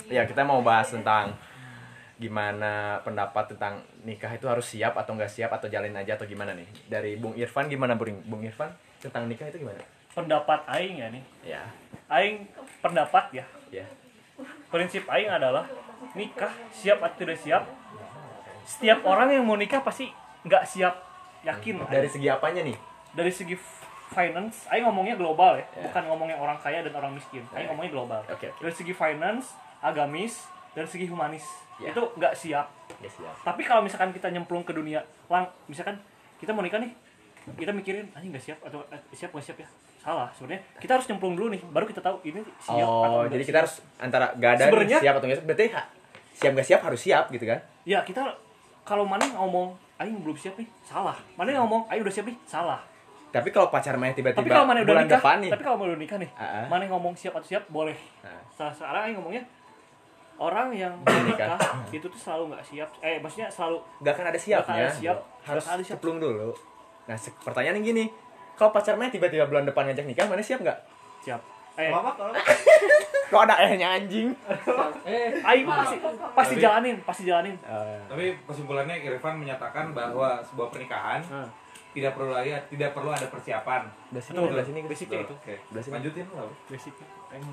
Ya, kita mau bahas tentang gimana pendapat tentang nikah itu harus siap atau nggak siap atau jalin aja atau gimana nih. Dari Bung Irfan gimana, Bung Irfan? Tentang nikah itu gimana? Pendapat aing ya nih. Ya. Aing pendapat ya. Ya. Prinsip aing adalah nikah siap atau tidak siap. Setiap orang yang mau nikah pasti nggak siap, yakin. Dari segi apanya nih? Dari segi finance, aing ngomongnya global ya, Ya. bukan ngomongnya orang kaya dan orang miskin. Aing ngomongnya global. Oke. Dari segi finance, agamis, dari segi humanis, Ya. itu nggak siap. Ya, siap. Tapi kalau misalkan kita nyemplung ke dunia, misalkan kita mau nikah nih, kita mikirin, anjing nggak siap atau siap nggak siap ya? Salah. Sebenarnya kita harus nyemplung dulu nih, baru kita tahu ini siap atau nggak jadi siap. kita harus antara gak ada Sebenarnya- siap atau nggak siap. Berarti siap nggak siap harus siap gitu kan? Ya kita kalau mana ngomong, aing belum siap nih, salah. Mana ngomong, aing udah siap nih, salah. Tapi kalau pacar main Tapi tiba-tiba kalau mana udah bulan nikah, depan nih. tapi kalau udah nikah nih, Ah. mana ngomong siap atau siap boleh. Nah, Sekarang aing ngomongnya orang yang Nikah. nikah itu tuh selalu nggak siap. Maksudnya selalu nggak akan ada siapnya. Nggak akan ada siap. Harus Nggak akan ada siap. ceplung dulu. Nah, pertanyaannya gini. Kalau pacar main tiba-tiba bulan depan ngajak nikah, mana siap nggak? siap. Kalau Kok ada ehnya anjing? Aing pasti jalanin. tapi kesimpulannya Irfan menyatakan bahwa sebuah pernikahan tidak perlu ada persiapan. Udah sini, Betul, udah sini. basicnya itu. Oke. Belah sini. Lanjutin lah. Basicnya.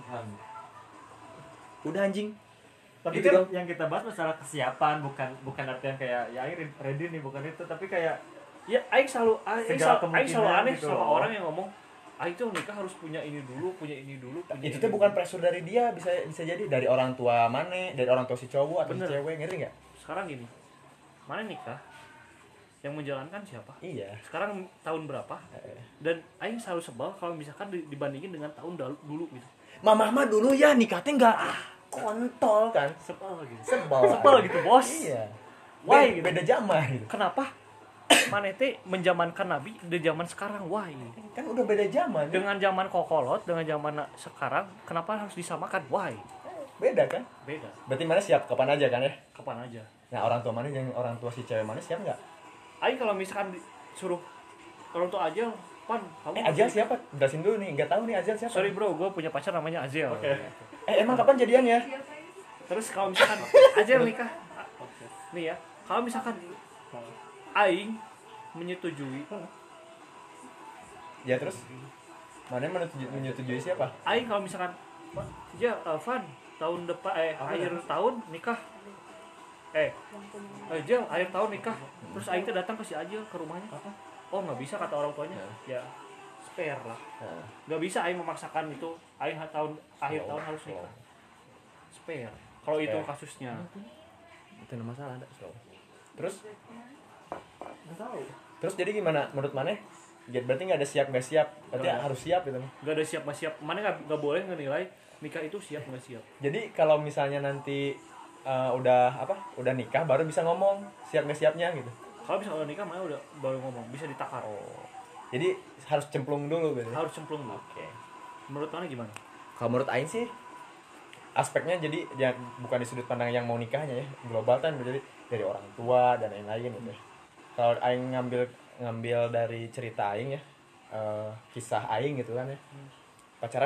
Udah anjing. Tapi Itu kan dong. yang kita bahas masalah kesiapan, bukan artian kayak ya Aing ready nih, bukan itu, tapi kayak Ya, aing selalu Segala aneh kemungkinan gitu gitu sama loh. orang yang ngomong, aing tuh nikah harus punya ini dulu. Itu ini tuh dulu." bukan pressure dari dia, bisa jadi dari orang tua mana, dari orang tua si cowok atau si Bener. cewek, ngerti nggak? Sekarang gini, mana nikah? Yang menjalankan siapa? Iya. Sekarang tahun berapa? Dan aing selalu sebel kalau misalkan dibandingin dengan tahun dulu gitu. Mama mah dulu ya nikahnya nggak kontol kan, Sebel gitu. sebel gitu, bos. Iya. Why gitu? Beda zaman gitu. Kenapa? Mana teh menjamankan Nabi di zaman sekarang, why? Kan udah beda zaman. Kan? Dengan zaman kokolot, dengan zaman sekarang, kenapa harus disamakan? Why? Beda kan? Beda. Berarti mana siap kapan aja kan ya? Kapan aja? Nah, orang tua mana yang orang tua si cewek mana siap nggak? Aing kalau misalkan disuruh orang tua Azel, Pan, kamu Azal siapa? Jelasin dulu nih, nggak tahu nih Azal siapa. Sorry bro, gue punya pacar namanya Azel. Oke. Emang kapan jadiannya? Terus kalau misalkan Azel nikah, nih ya, kalau misalkan Aing menyetujui, Ya terus mana yang menyetujui siapa? Aing kalau misalkan, ya Van, tahun depan, akhir tahun nikah, Azel akhir tahun nikah, terus Aing tuh datang ke si Azel ke rumahnya, oh nggak bisa kata orang tuanya, ya spare lah, Nah, nggak bisa Aing memaksakan itu, Aing akhir tahun harus nikah, spare. Kalau itu Spare. kasusnya, itu ada masalah ada. So. Terus nggak tahu. terus jadi gimana menurut mana? Ya, berarti nggak ada siap nggak siap, berarti Nggak ada. harus siap gitu. nggak ada siap nggak siap, mana nggak boleh ngenilai nikah itu siap nggak siap. Jadi kalau misalnya nanti udah nikah baru bisa ngomong siap nggak siapnya gitu. Kalau misalnya udah nikah mana udah baru ngomong, bisa ditakar. Jadi harus cemplung dulu gitu. Harus cemplung dulu. Oke. Menurut mana gimana? Kalau menurut Aing sih aspeknya jadi ya bukan di sudut pandang yang mau nikahnya ya, global kan jadi dari orang tua dan lain-lain gitu. Kalau Aing ngambil dari cerita Aing ya, kisah Aing gitu kan ya. Pacaran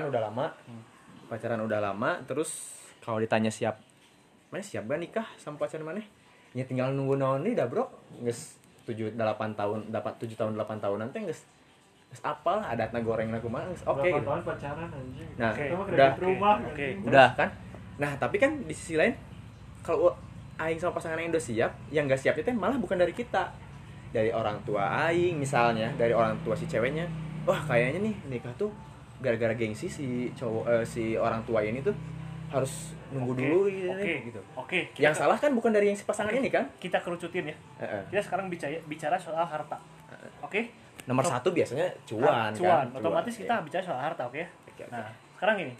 udah lama, terus kalau ditanya siap, mana siap gak nikah sama pacar mana? Ya tinggal nunggu naon nih dah bro, geus 7 8 tahun, 7 tahun 8 tahunan teh geus apal adatna gorengna kumaha geus oke. Berapa Gitu. tahun pacaran anjing. Nah, Oke. Sama udah kredit rumah. Oke. anjing. udah kan. Nah, tapi kan di sisi lain kalau Aing sama pasangan Aing udah siap, yang gak siap itu malah bukan dari kita. Dari orang tua Aing misalnya, dari orang tua si ceweknya. Wah, kayaknya nih nikah tuh gara-gara gengsi si cowok si orang tua ini tuh harus nunggu Oke, dulu gitu. oke. gitu. Oke. Yang salah kan bukan dari yang si pasangan ini kan? Kita kerucutin ya. Heeh. Kita sekarang bicara soal harta. Oke? Nomor satu biasanya cuan, Cuan. kan? Otomatis Cuan, kita iya. bicara soal harta, oke? Oke. Nah, sekarang gini.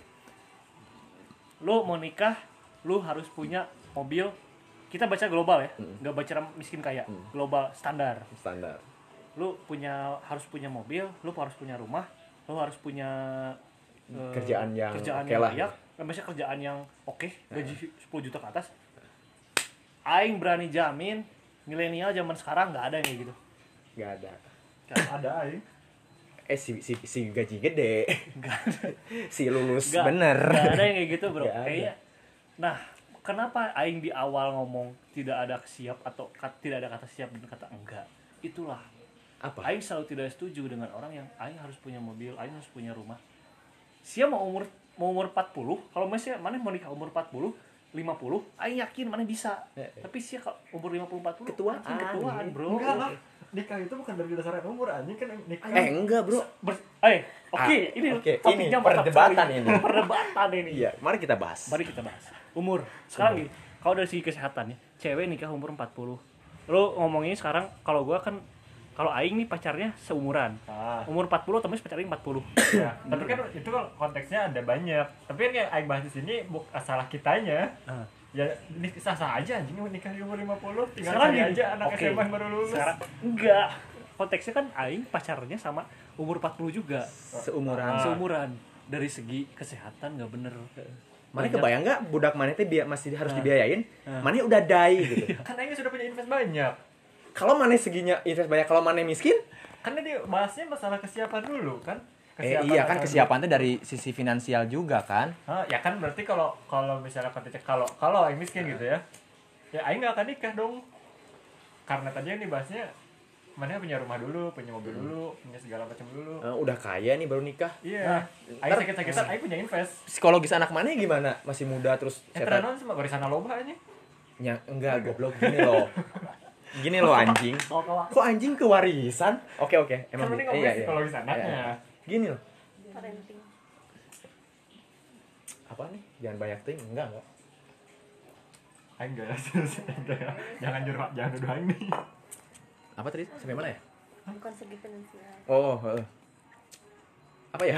Lu mau nikah, lu harus punya mobil. Kita baca global ya, nggak baca miskin kaya. Global standar. Standar. Lu harus punya mobil, lu harus punya rumah, lu harus punya Kerjaan yang kerjaan oke yang lah, layak, maksudnya kerjaan yang oke, gaji 10 juta ke atas. Aing berani jamin milenial zaman sekarang nggak ada yang kayak gitu. Nggak ada. Ada aing. Si gaji gede. Si lulus Nggak bener. ada yang kayak gitu bro. Nggak ada. Kayaknya. Nah, kenapa aing di awal ngomong tidak ada siap atau tidak ada kata siap dan kata enggak? Itulah Apa? aing selalu tidak setuju dengan orang yang aing harus punya mobil, aing harus punya rumah. Sia mau umur 40, kalau masih mana mau nikah umur 40, 50, aing yakin mana bisa. Tapi sia kalau umur 50 40 Ketuaan. ketuaan, Bro. Enggak lah. Nikah itu bukan dari dasarnya umur anjing kan nikah. Enggak, Bro. Ini Oke, topiknya ini perdebatan sekali. ini. Perdebatan ini. Iya, mari kita bahas. Mari kita bahas. Umur. Sekarang nih, kalau dari segi kesehatan ya, cewek nikah umur 40. Lo ngomongin sekarang kalau gua kan kalau aing nih pacarnya seumuran. Umur 40 otomatis pacarnya 40. Ya, tapi kan itu kan konteksnya ada banyak. Tapi kan yang aing bahas di sini bukan salah kitanya. Ya ini sah-sah aja anjing nikah di umur 50. Tinggal Sekarang cari gini, aja anak oke. SMA yang baru lulus. Sekarang enggak. Konteksnya kan aing pacarnya sama umur 40 juga. Seumuran. Dari segi kesehatan enggak bener. Mana kebayang nggak budak mana teh masih harus dibiayain? Mana udah die gitu. Kan aing sudah punya invest banyak. Kalau mana seginya invest banyak, kalau mana miskin? Karena dia bahasnya masalah kesiapan dulu kan. Iya kan masalah kesiapan itu dari sisi finansial juga kan. Ya kan berarti kalau misalnya konteksnya kalau aing miskin gitu ya. Ya aing enggak akan nikah dong. Karena tadi yang dibahasnya mana punya rumah dulu, punya mobil dulu, punya segala macam dulu. Udah kaya nih baru nikah. Iya. Aing sakit-sakitan aing punya invest. Psikologis anak mana gimana? Masih muda terus Terus sama barisan loba aja. Ya enggak, goblok gini loh. Gini loh anjing. Kok anjing kewarisan? Oke. Kan mending ngomongin psikologis anaknya. Gini loh. Parenting. Apa nih? Jangan banyak ting. Enggak. Aing enggak ya. Jangan nuduh aing nih. Apa tadi? Sampai mana ya? Bukan segi finansial. Oh, apa ya?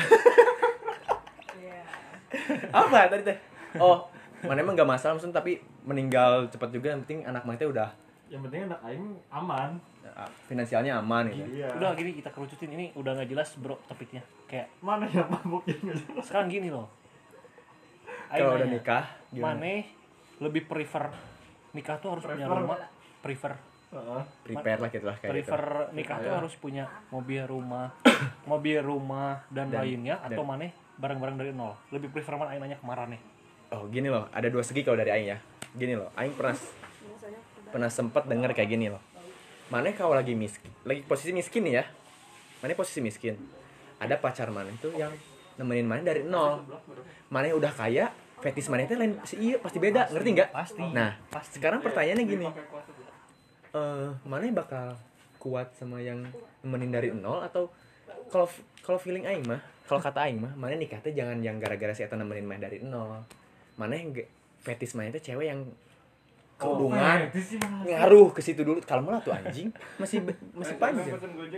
Apa tadi teh? Oh, mana emang gak masalah maksudnya, tapi meninggal cepat juga, yang penting anak mana teh udah Yang penting anak aing aman. finansialnya aman gitu. Iya. Udah gini kita kerucutin, ini udah nggak jelas bro topiknya. Kayak Mana yang mabuknya enggak jelas. sekarang gini loh. Kalau udah nanya, nikah, gimana? Mane lebih prefer nikah tuh harus punya Prefer. rumah, prefer Prepare lah gitu lah kayak gitu. prefer nikah tuh harus punya mobil rumah dan lainnya, atau Mane barang-barang dari nol. Lebih prefer mana aing nanya kemarin nih. Oh, gini loh, ada dua segi kalau dari aing ya. Gini loh, aing pernah sempet denger kayak gini loh. Mana kalau lagi miskin, lagi posisi miskin nih ya. Mana posisi miskin. Ada pacar mana itu yang nemenin mana dari nol. Mana udah kaya, fetis mana itu lain iya pasti beda, ngerti nggak? Pasti. Nah, sekarang pertanyaannya gini. Mana bakal kuat sama yang nemenin dari nol, atau kalau feeling aing mah, kalau kata aing mah, mana nikah teh jangan yang gara-gara si eta nemenin mana dari nol. Mana yang fetis mana itu cewek yang kerudungan ngaruh ke situ dulu. Kalau malah tuh anjing masih panjang.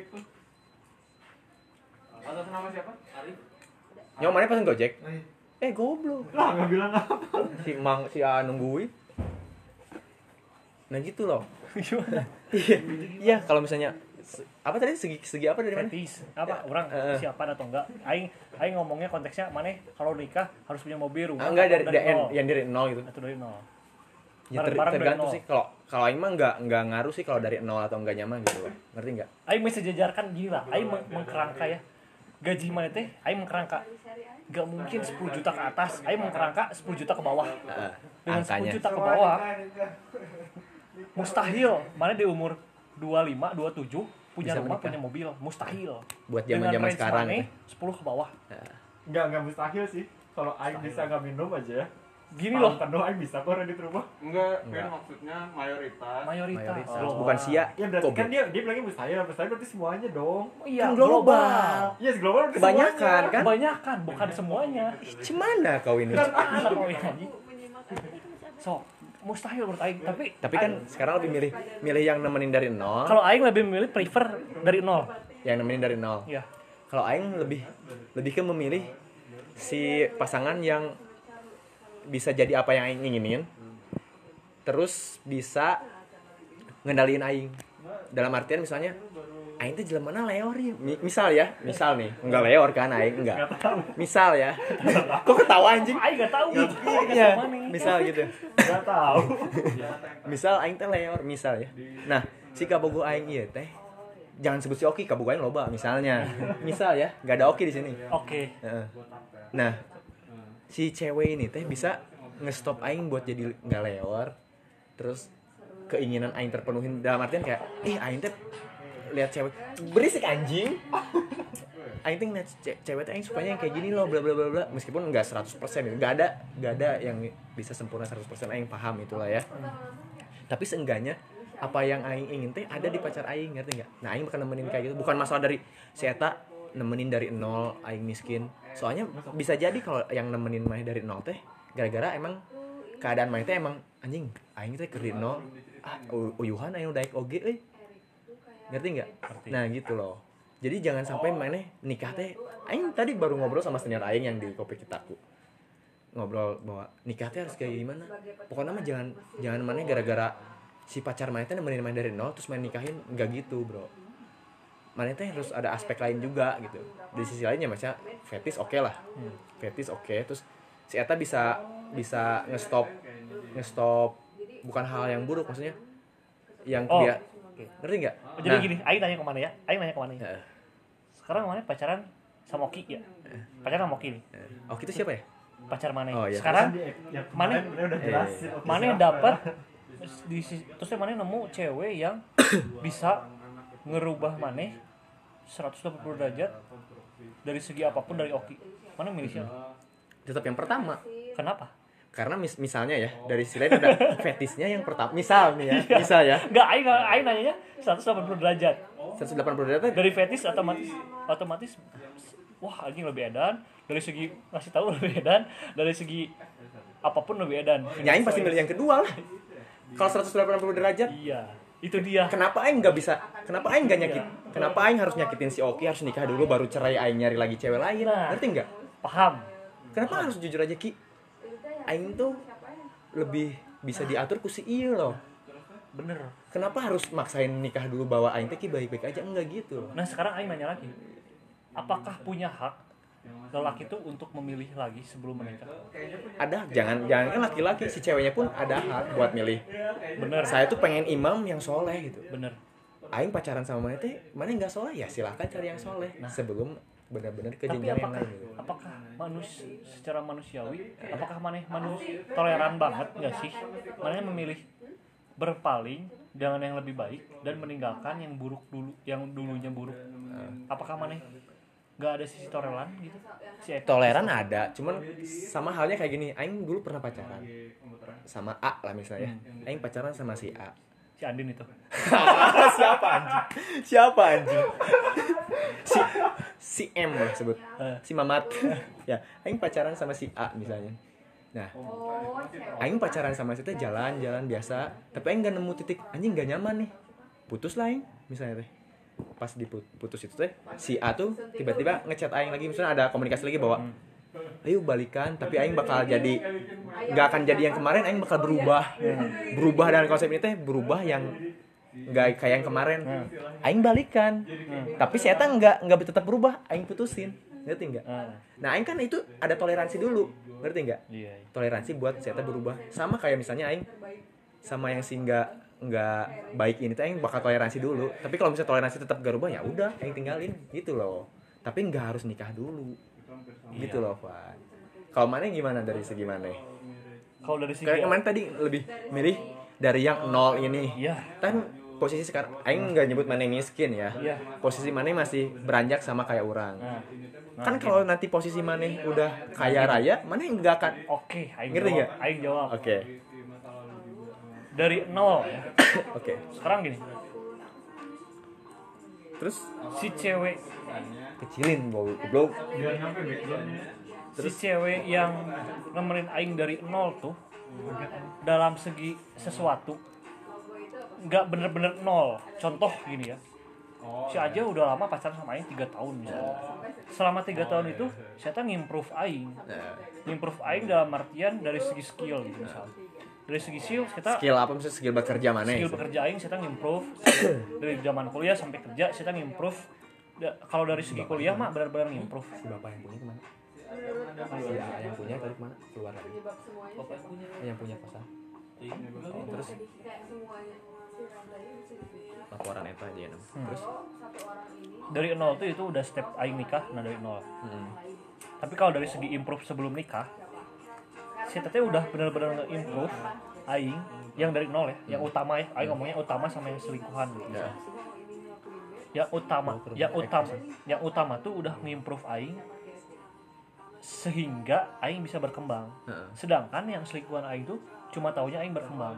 Atas nama siapa? Arif. Nyawa mana pesen Gojek? Goblok. Lah enggak bilang apa. Si A nungguin. Nah gitu loh. Iya, kalau misalnya apa tadi segi apa dari mana? Fetis apa orang siapa atau enggak? Aing ngomongnya konteksnya Mane kalau nikah harus punya mobil rumah. Enggak dari nol. yang dari nol gitu. Atau dari nol. Ya Barang-barang dari tergantung nol. sih. Kalau aing mah enggak ngaruh sih kalau dari nol atau enggak nyaman gitu loh. Ngerti enggak? Aing bisa jajarkan gini lah. Aing mengkerangka ya. Gaji mana teh? Aing mengkerangka. Gak mungkin 10 juta ke atas. Aing mengkerangka 10 juta ke bawah. Dengan 10 angkanya. juta ke bawah mustahil. Mana di umur 25, 27 punya Bisa rumah, menikah. punya mobil. Mustahil. Buat Dengan zaman-zaman range sekarang. Mane, 10 ke bawah. Enggak mustahil sih. Kalau aing bisa enggak minum aja. Gini loh. Penuh aing bisa kok di rumah. Enggak, kan maksudnya mayoritas. Mayoritas. Mayoritas. Bukan sia. Ya berarti Goblok. kan dia bilangnya mustahil berarti semuanya dong. Iya, Kan global. Iya, global berarti Kebanyakan semuanya. kan? Kebanyakan, bukan semuanya. Cemana kau ini? Ada kau ini anjing. So, mustahil menurut aing, Tapi kan sekarang lebih milih yang nemenin dari nol. kalau aing lebih memilih prefer dari nol. Yang nemenin dari nol. Iya. Kalau aing lebih ke memilih si pasangan yang bisa jadi apa yang aing inginin. Terus bisa ngendaliin aing. Dalam artian misalnya aing teh jelema leor ya. Misal nih, enggak leor kan aing enggak. Misal ya. Kok ketawa anjing? Aing enggak tahu. Iya, misal gitu. Enggak tahu. Misal aing teh leor, misal ya. Nah, si kabogo aing ieu teh jangan sebut si Oki, kabogo aing loba misalnya. Misal ya, enggak ada Oki di sini. Oke. Heeh. Nah, si cewek ini teh bisa ngestop aing buat jadi nggak leor. Terus keinginan aing terpenuhin dalam artian kayak aing teh lihat cewek berisik anjing. Aing teh ngeliat cewek teh aing sukanya yang kayak gini loh bla bla bla bla. Meskipun enggak 100% gitu. Enggak ada yang bisa sempurna 100%, aing paham itulah ya. Tapi seenggaknya apa yang aing ingin teh ada di pacar aing, ngerti enggak? Nah, aing bakal nemenin kayak gitu. Bukan masalah dari si eta nemenin dari nol aing miskin. Soalnya bisa jadi kalau yang nemenin mah dari nol teh gara-gara emang keadaan mah teh emang anjing aing teh keur di nol. Uyuhan aing udah oge euy. Ngerti enggak? Nah, gitu loh. Jadi jangan sampai maneh nikah teh. Aing tadi baru ngobrol sama senior aing yang di kopi kitaku. Ngobrol bahwa nikah teh harus kayak gimana. Pokoknya mah jangan maneh gara-gara si pacar maneh teh nemenin main dari nol terus main nikahin, enggak gitu, Bro. Maneh teh harus ada aspek lain juga gitu. Di sisi lainnya macam fetis oke lah. Fetis oke, terus si eta bisa ngestop bukan hal yang buruk maksudnya. Yang dia ngerti nggak? Jadi gini, Aing nanya kemana ya? Sekarang mana pacaran sama Oki ya? Pacaran sama Oki nih. Oki itu siapa ya? Pacar mana? Oh, iya. Sekarang mana? Udah jelas. Mana dapat terus mana nemu cewek yang bisa ngerubah mana 180 derajat dari segi apapun dari Oki. Mana milih siapa? Tetap yang pertama. Kenapa? Karena misalnya ya dari sisi lain ada fetisnya yang pertama misal nih ya misal ya Enggak, Aing nanyanya 180 derajat 180 derajat dari fetis otomatis wah anjing lebih edan dari segi ngasih tahu lebih edan dari segi apapun lebih edan nyain pasti milih yang kedua lah kalau 180 derajat. Iya itu dia. Kenapa aing nggak nyakit, kenapa aing harus nyakitin si Oki, harus nikah dulu baru cerai aing nyari lagi cewek lain, ngerti nggak? Paham. Kenapa harus jujur aja Ki? Aing tuh lebih bisa diatur ku si ieu loh. Bener. Kenapa harus maksain nikah dulu bahwa aing teh Ki baik-baik aja, enggak gitu. Nah sekarang Aing nanya lagi, apakah punya hak lelaki itu untuk memilih lagi sebelum menikah? Ada, jangan kan laki-laki, si ceweknya pun ada hak buat milih. Bener. Saya tuh pengen imam yang soleh gitu. Bener. Aing pacaran sama mana teh, mana nggak soleh ya silahkan cari yang soleh. Sebelum benar-benar ke jenjang yang lain. Gitu. Apakah secara manusiawi, apakah maneh toleran banget nggak sih? Maneh memilih berpaling dengan yang lebih baik dan meninggalkan yang buruk dulu, yang dulunya buruk. Apakah maneh nggak ada sisi toleran gitu? Toleran ada, cuman sama halnya kayak gini. Aing dulu pernah pacaran sama A lah misalnya. Aing pacaran sama si A. Si Andin itu. Siapa anjing? Si M lah sebut. Si Mamat. Ya, aing pacaran sama si A misalnya. Nah, aing pacaran sama si teh jalan-jalan biasa, tapi aing enggak nemu titik anjing enggak nyaman nih. Putus lah aing misalnya teh. Pas diputus itu teh si A tuh tiba-tiba ngechat aing lagi, misalnya ada komunikasi lagi bahwa ayo balikan, tapi aing bakal jadi nggak akan jadi yang kemarin, aing bakal berubah dan konsep ini teh berubah yang nggak kayak yang kemarin. Aing balikan, tapi saya nggak tetap berubah, aing putusin, ngerti nggak? Nah aing kan itu ada toleransi dulu, ngerti nggak? Toleransi buat saya berubah, sama kayak misalnya aing sama yang si nggak baik ini tuh aing bakal toleransi dulu, tapi kalau misalnya toleransi tetap gak berubah ya udah aing tinggalin gitu loh, tapi nggak harus nikah dulu. Gitu loh, Pak. Kalau mana gimana dari segi mana? Kalau dari segi kayak kemarin tadi lebih milih dari yang nol ini. Iya. Kan posisi sekarang aing enggak nyebut mana miskin ya. Iya. Posisi mana masih beranjak sama kayak orang. Kan kalau nanti posisi mana udah kaya raya, mana enggak akan. Oke, aing ngerti jawab. enggak? Aing jawab. Oke. Dari nol ya. Oke. Sekarang gini. Terus Si cewek kecilin goblok. si cewek yang nemenin aing dari nol tuh dalam segi sesuatu nggak bener-bener nol. Contoh gini ya, si aja udah lama pacaran sama aing 3 tahun misalnya. Selama 3 tahun itu saya ngimprove aing dalam artian dari segi skill gitu misalnya. Dari segi skill kita Skill apa misalnya skill bekerja mana? skill bekerja aing saya ngimprove dari zaman kuliah sampai kerja saya ngimprove. Kalau dari segi kuliah mah benar-benar ngimprove. Si bapak yang punya kemana? Si yang punya tadi kemana? Keluar lagi. Bapak punya. Yang punya kosan. Terus laporan eta aja ya. Terus dari nol tuh itu udah step aing nikah, nah dari nol. Tapi kalau dari segi improve sebelum nikah, si teteh udah benar-benar nge-improve aing yang dari nol ya, yang utama ya, aing ngomongnya utama sama yang selingkuhan gitu. Ya. Yang utama tuh udah nge-improve aing sehingga aing bisa berkembang. Sedangkan yang selingkuhan aing tuh cuma taunya aing berkembang.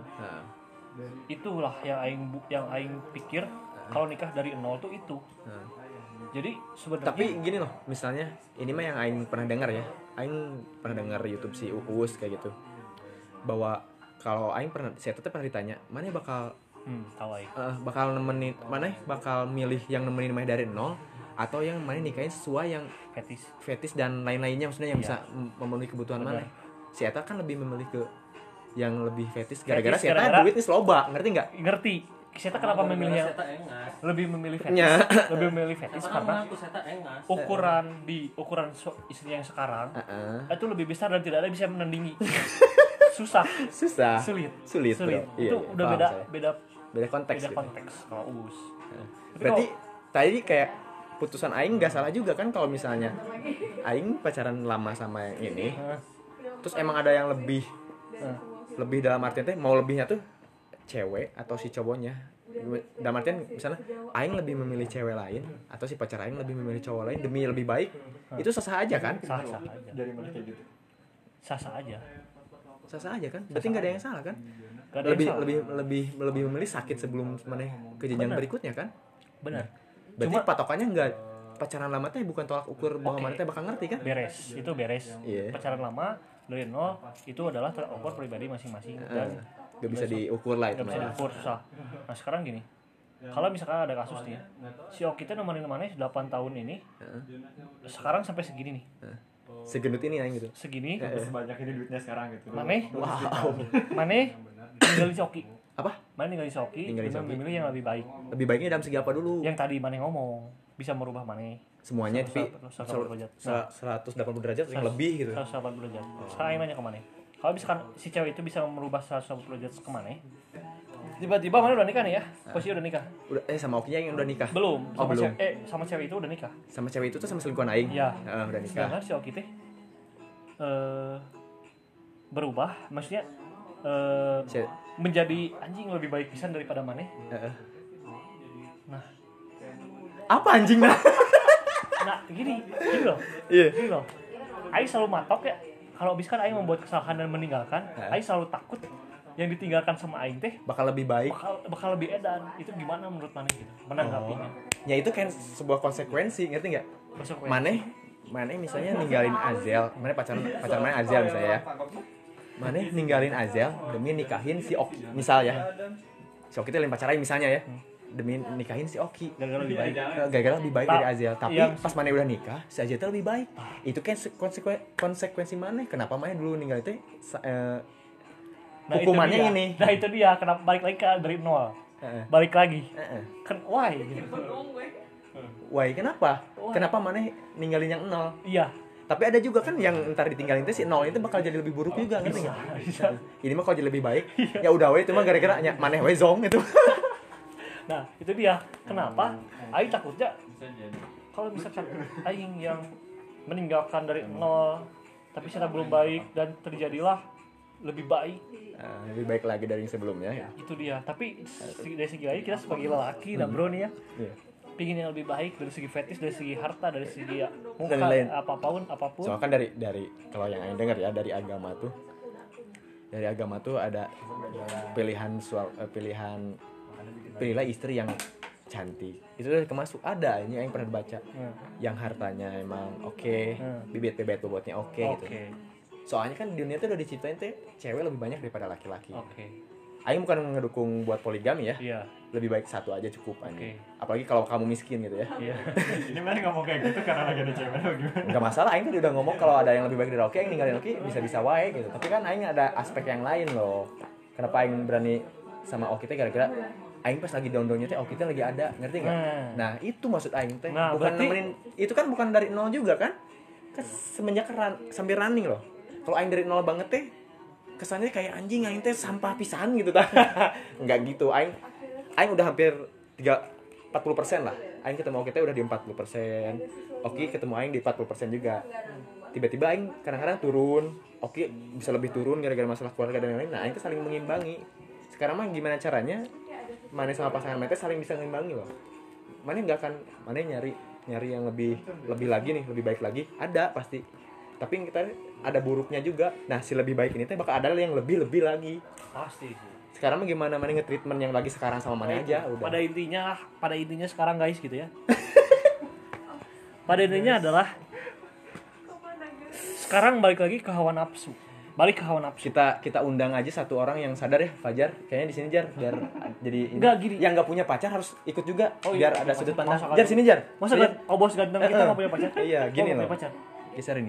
Itulah yang aing pikir kalau nikah dari nol tuh itu. Jadi sebenarnya Tapi gini loh, misalnya ini mah yang aing pernah dengar ya. Aing pernah dengar YouTube si Uus kayak gitu. Bahwa kalau aing saya tetap pernah ditanya, mana bakal tahu aing. bakal nemenin, mana bakal milih yang nemenin mana dari nol atau yang mana nikahin sesuai yang fetis dan lain-lainnya, maksudnya yang bisa memenuhi kebutuhan mana. Si Eta kan lebih memilih ke yang lebih fetis gara-gara si Eta duitnya loba, ngerti nggak? Ngerti. Saya kenapa memilih yang lebih memilih fetis? Lebih memilih fetis karena ukuran istri yang sekarang itu lebih besar dan tidak ada bisa menandingi. Susah. Sulit. Bro. Itu udah beda konteks. Kalau Uus. Berarti tadi kayak putusan aing nggak salah juga kan kalau misalnya aing pacaran lama sama yang ini. Terus emang ada yang lebih dalam artian teh mau lebihnya tuh cewek atau si cowoknya. Dalam artian misalnya aing lebih memilih cewek lain atau si pacar aing lebih memilih cowok lain demi lebih baik. Itu sah aja kan? Sah aja. Dari mana kayak gitu? Sah aja. Sah aja kan? Berarti nggak ada yang salah kan? Gak ada Lebih memilih sakit sebelum mana ke jenjang berikutnya kan? Benar. Berarti patokannya nggak pacaran lama teh bukan tolak ukur bahwa mana teh bakal ngerti kan? Beres. Iya. Pacaran lama dari nol itu adalah terukur pribadi masing-masing dan gak bisa diukur lah itu. Gak bisa diukur, susah. Nah sekarang gini, kalau misalkan ada kasus nih, si Oki kita nemenin 8 tahun ini, sekarang sampai segini nih. Segendut ini aing gitu. Segini. Sebanyak ini duitnya sekarang gitu. Maneh ninggalin si Oki. Apa? Maneh ninggalin si Oki dengan memilih yang lebih baik. Lebih baiknya dalam segi apa dulu? Yang tadi Maneh ngomong bisa merubah Maneh. Semuanya tapi 180 derajat. 180 derajat yang lebih gitu. 180 derajat. Sekarang aing nanya ke Maneh. Kalau misalkan si cewek itu bisa merubah 180 derajat ke Maneh, tiba-tiba Maneh udah nikah nih ya? Posisi udah nikah. Udah sama Okinya yang udah nikah. Belum. Belum. Sama cewek itu udah nikah. Sama cewek itu tuh sama selingkuhan aing. Iya. Udah nikah. Sedangkan si Oki teh berubah, maksudnya menjadi anjing lebih baik pisan daripada Maneh. Nah, apa anjing nah? gini loh. Iya. Gini loh. Aing selalu matok ya. Kalau misalkan Aing membuat kesalahan dan meninggalkan, Aing selalu takut yang ditinggalkan sama Aing teh bakal lebih baik. Bakal lebih edan. Itu gimana menurut Maneh gitu? Menanggapinya. Ya itu kan sebuah konsekuensi, ngerti nggak? Maneh misalnya ninggalin Azel, pacaran Maneh Azel misalnya ya. Maneh ninggalin Azel demi nikahin si Oki, misal ya. Si Oki itu lain pacaran misalnya ya. Demi nikahin si Oki gara-gara lebih baik dari Azel. Tapi pas Maneh udah nikah, si Azel itu lebih baik. Itu kan konsekuensi Maneh. Kenapa Maneh dulu ninggal itu hukumannya ini. Nah itu dia, kenapa balik lagi dari nol. Balik lagi. Kan why gitu. Why kenapa? Kenapa Maneh ninggalin yang nol? Iya. Tapi ada juga kan yang ntar ditinggalin itu si nol itu bakal jadi lebih buruk juga, ngerti nggak? Ini mah kalau jadi lebih baik, ya udah we itu mah gara-gara Maneh we zong itu. Nah itu dia kenapa Aing takutnya kalau misalkan Aing yang meninggalkan dari nol tapi secara belum baik dan terjadilah lebih baik lagi dari yang sebelumnya ya. Itu dia. Tapi dari segi lain kita sebagai lelaki dan bro nih ya pingin yang lebih baik dari segi fetis, dari segi harta, dari segi muka, apapun. Soalnya kan dari kalau yang Aing dengar ya dari agama tuh ada pilihlah istri yang cantik. Itu udah kemasuk ada ini yang pernah baca. Yang hartanya emang oke, bibit-bibit bobotnya oke gitu. Soalnya kan di dunia tuh udah diciptain tuh cewek lebih banyak daripada laki-laki. Aing bukan ngedukung buat poligami ya. Iya. Lebih baik satu aja cukup aja. Apalagi kalau kamu miskin gitu ya. Iya. Ini mana ngomong kayak gitu karena lagi ada cewek atau gimana? Enggak masalah, Aing tadi udah ngomong kalau ada yang lebih baik dari Oki, Aing ninggalin Oki bisa-bisa wae gitu. Tapi kan Aing ada aspek yang lain loh. Kenapa Aing berani sama Oki teh gara-gara Aing pas lagi down-downnya teh Oki teh lagi ada, ngerti enggak? Nah, itu maksud Aing teh. Bukan berarti nemenin, itu kan bukan dari nol juga kan? Kan semenjak sambil running loh. Kalau Aing dari nol banget teh kesannya kayak anjing Aing teh sampah pisan gitu tah. Enggak gitu. Aing udah hampir 40% lah. Aing ketemu Oki teh udah di 40%. Oki ketemu Aing di 40% juga. Tiba-tiba Aing kadang-kadang turun oke bisa lebih turun gara-gara masalah keluarga dan lain-lain. Nah itu saling mengimbangi. Sekarang mah gimana caranya Mane sama pasangan Mane saling bisa mengimbangi loh. Mane nggak akan Mane nyari yang lebih lagi nih, lebih baik lagi, ada pasti. Tapi kita ada buruknya juga. Nah si lebih baik ini teh bakal ada yang lebih lagi. Pasti sih. Sekarang mah gimana Mane nge-treatment yang lagi sekarang sama Mane aja udah. Pada intinya sekarang guys gitu ya. Pada intinya adalah sekarang balik lagi ke hawa nafsu. Kita undang aja satu orang yang sadar ya, Fajar. Kayaknya di sini Jar, biar jadi Enggak, gini. yang nggak punya pacar harus ikut juga. Oh, iya. Biar ada sudut pandang. Masa Jar sini Jar. Masa kan bos ganteng kita nggak punya pacar? Iya, gini nggak loh. punya pacar. Geserin.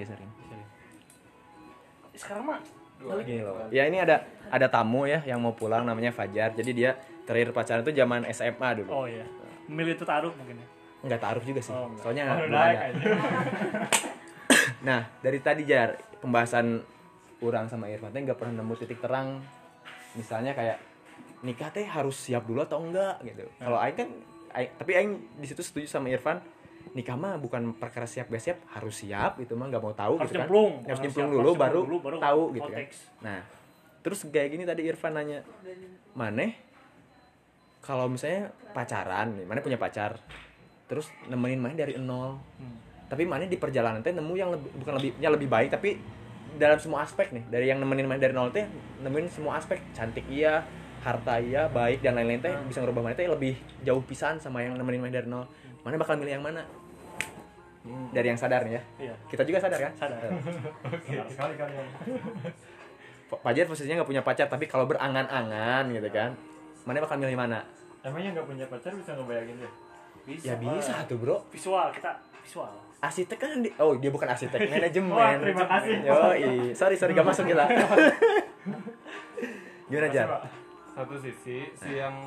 Sekarang mah Gini loh. Ya ini ada tamu ya yang mau pulang namanya Fajar. Jadi dia terakhir pacaran itu zaman SMA dulu. oh iya. Memilih itu taruh mungkin ya. Enggak taruh juga sih. Oh, enggak. Soalnya Udah belum naik ada. aja. Nah, dari tadi Jar, pembahasan orang sama Irfan teh nggak pernah nemu titik terang. Misalnya kayak nikah teh harus siap dulu atau enggak gitu. Kalau aing kan tapi aing di situ setuju sama Irfan. Nikah mah bukan perkara siap gak siap, harus siap itu mah nggak mau tahu Harus gitu kan. nyemplung. Harus Harus nyemplung siap, dulu harus baru nyemplung dulu, baru tahu gitu kan. konteks. Nah, terus kayak gini tadi Irfan nanya, Maneh kalau misalnya pacaran nih, Maneh punya pacar. Terus nemenin Maneh dari nol. Tapi Maneh di perjalanan teh nemu yang lebih baik tapi dalam semua aspek nih. Dari yang nemenin Maneh dari nol teh nemuin semua aspek, cantik iya, harta iya, baik dan lain-lain teh bisa ngerubah Maneh teh lebih jauh pisan sama yang nemenin Maneh dari nol. Maneh bakal milih yang mana? Dari yang sadar nih ya. Iya. Kita juga sadar kan? Sadar. Oke, sekali kalian. Fajar posisinya nggak punya pacar tapi kalau berangan-angan gitu kan, Maneh bakal milih mana? Emangnya nggak punya pacar bisa ngebayangin deh? Ya bisa tuh bro. Visual kita visual. Arsitek kan dia bukan arsitek, manajemen. Wah, terima kasih. Yoi, sorry gak masuk gila. Gimana Makasih, Jar? Pak. Satu sisi si yang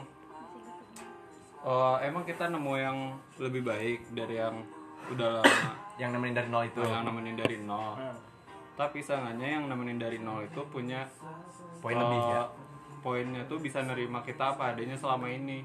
emang kita nemu yang lebih baik dari yang udah lama Yang nemenin dari nol itu. yang nemenin dari nol. Tapi sangannya yang nemenin dari nol itu punya Poin lebih ya. Poinnya tuh bisa nerima kita apa adanya selama ini.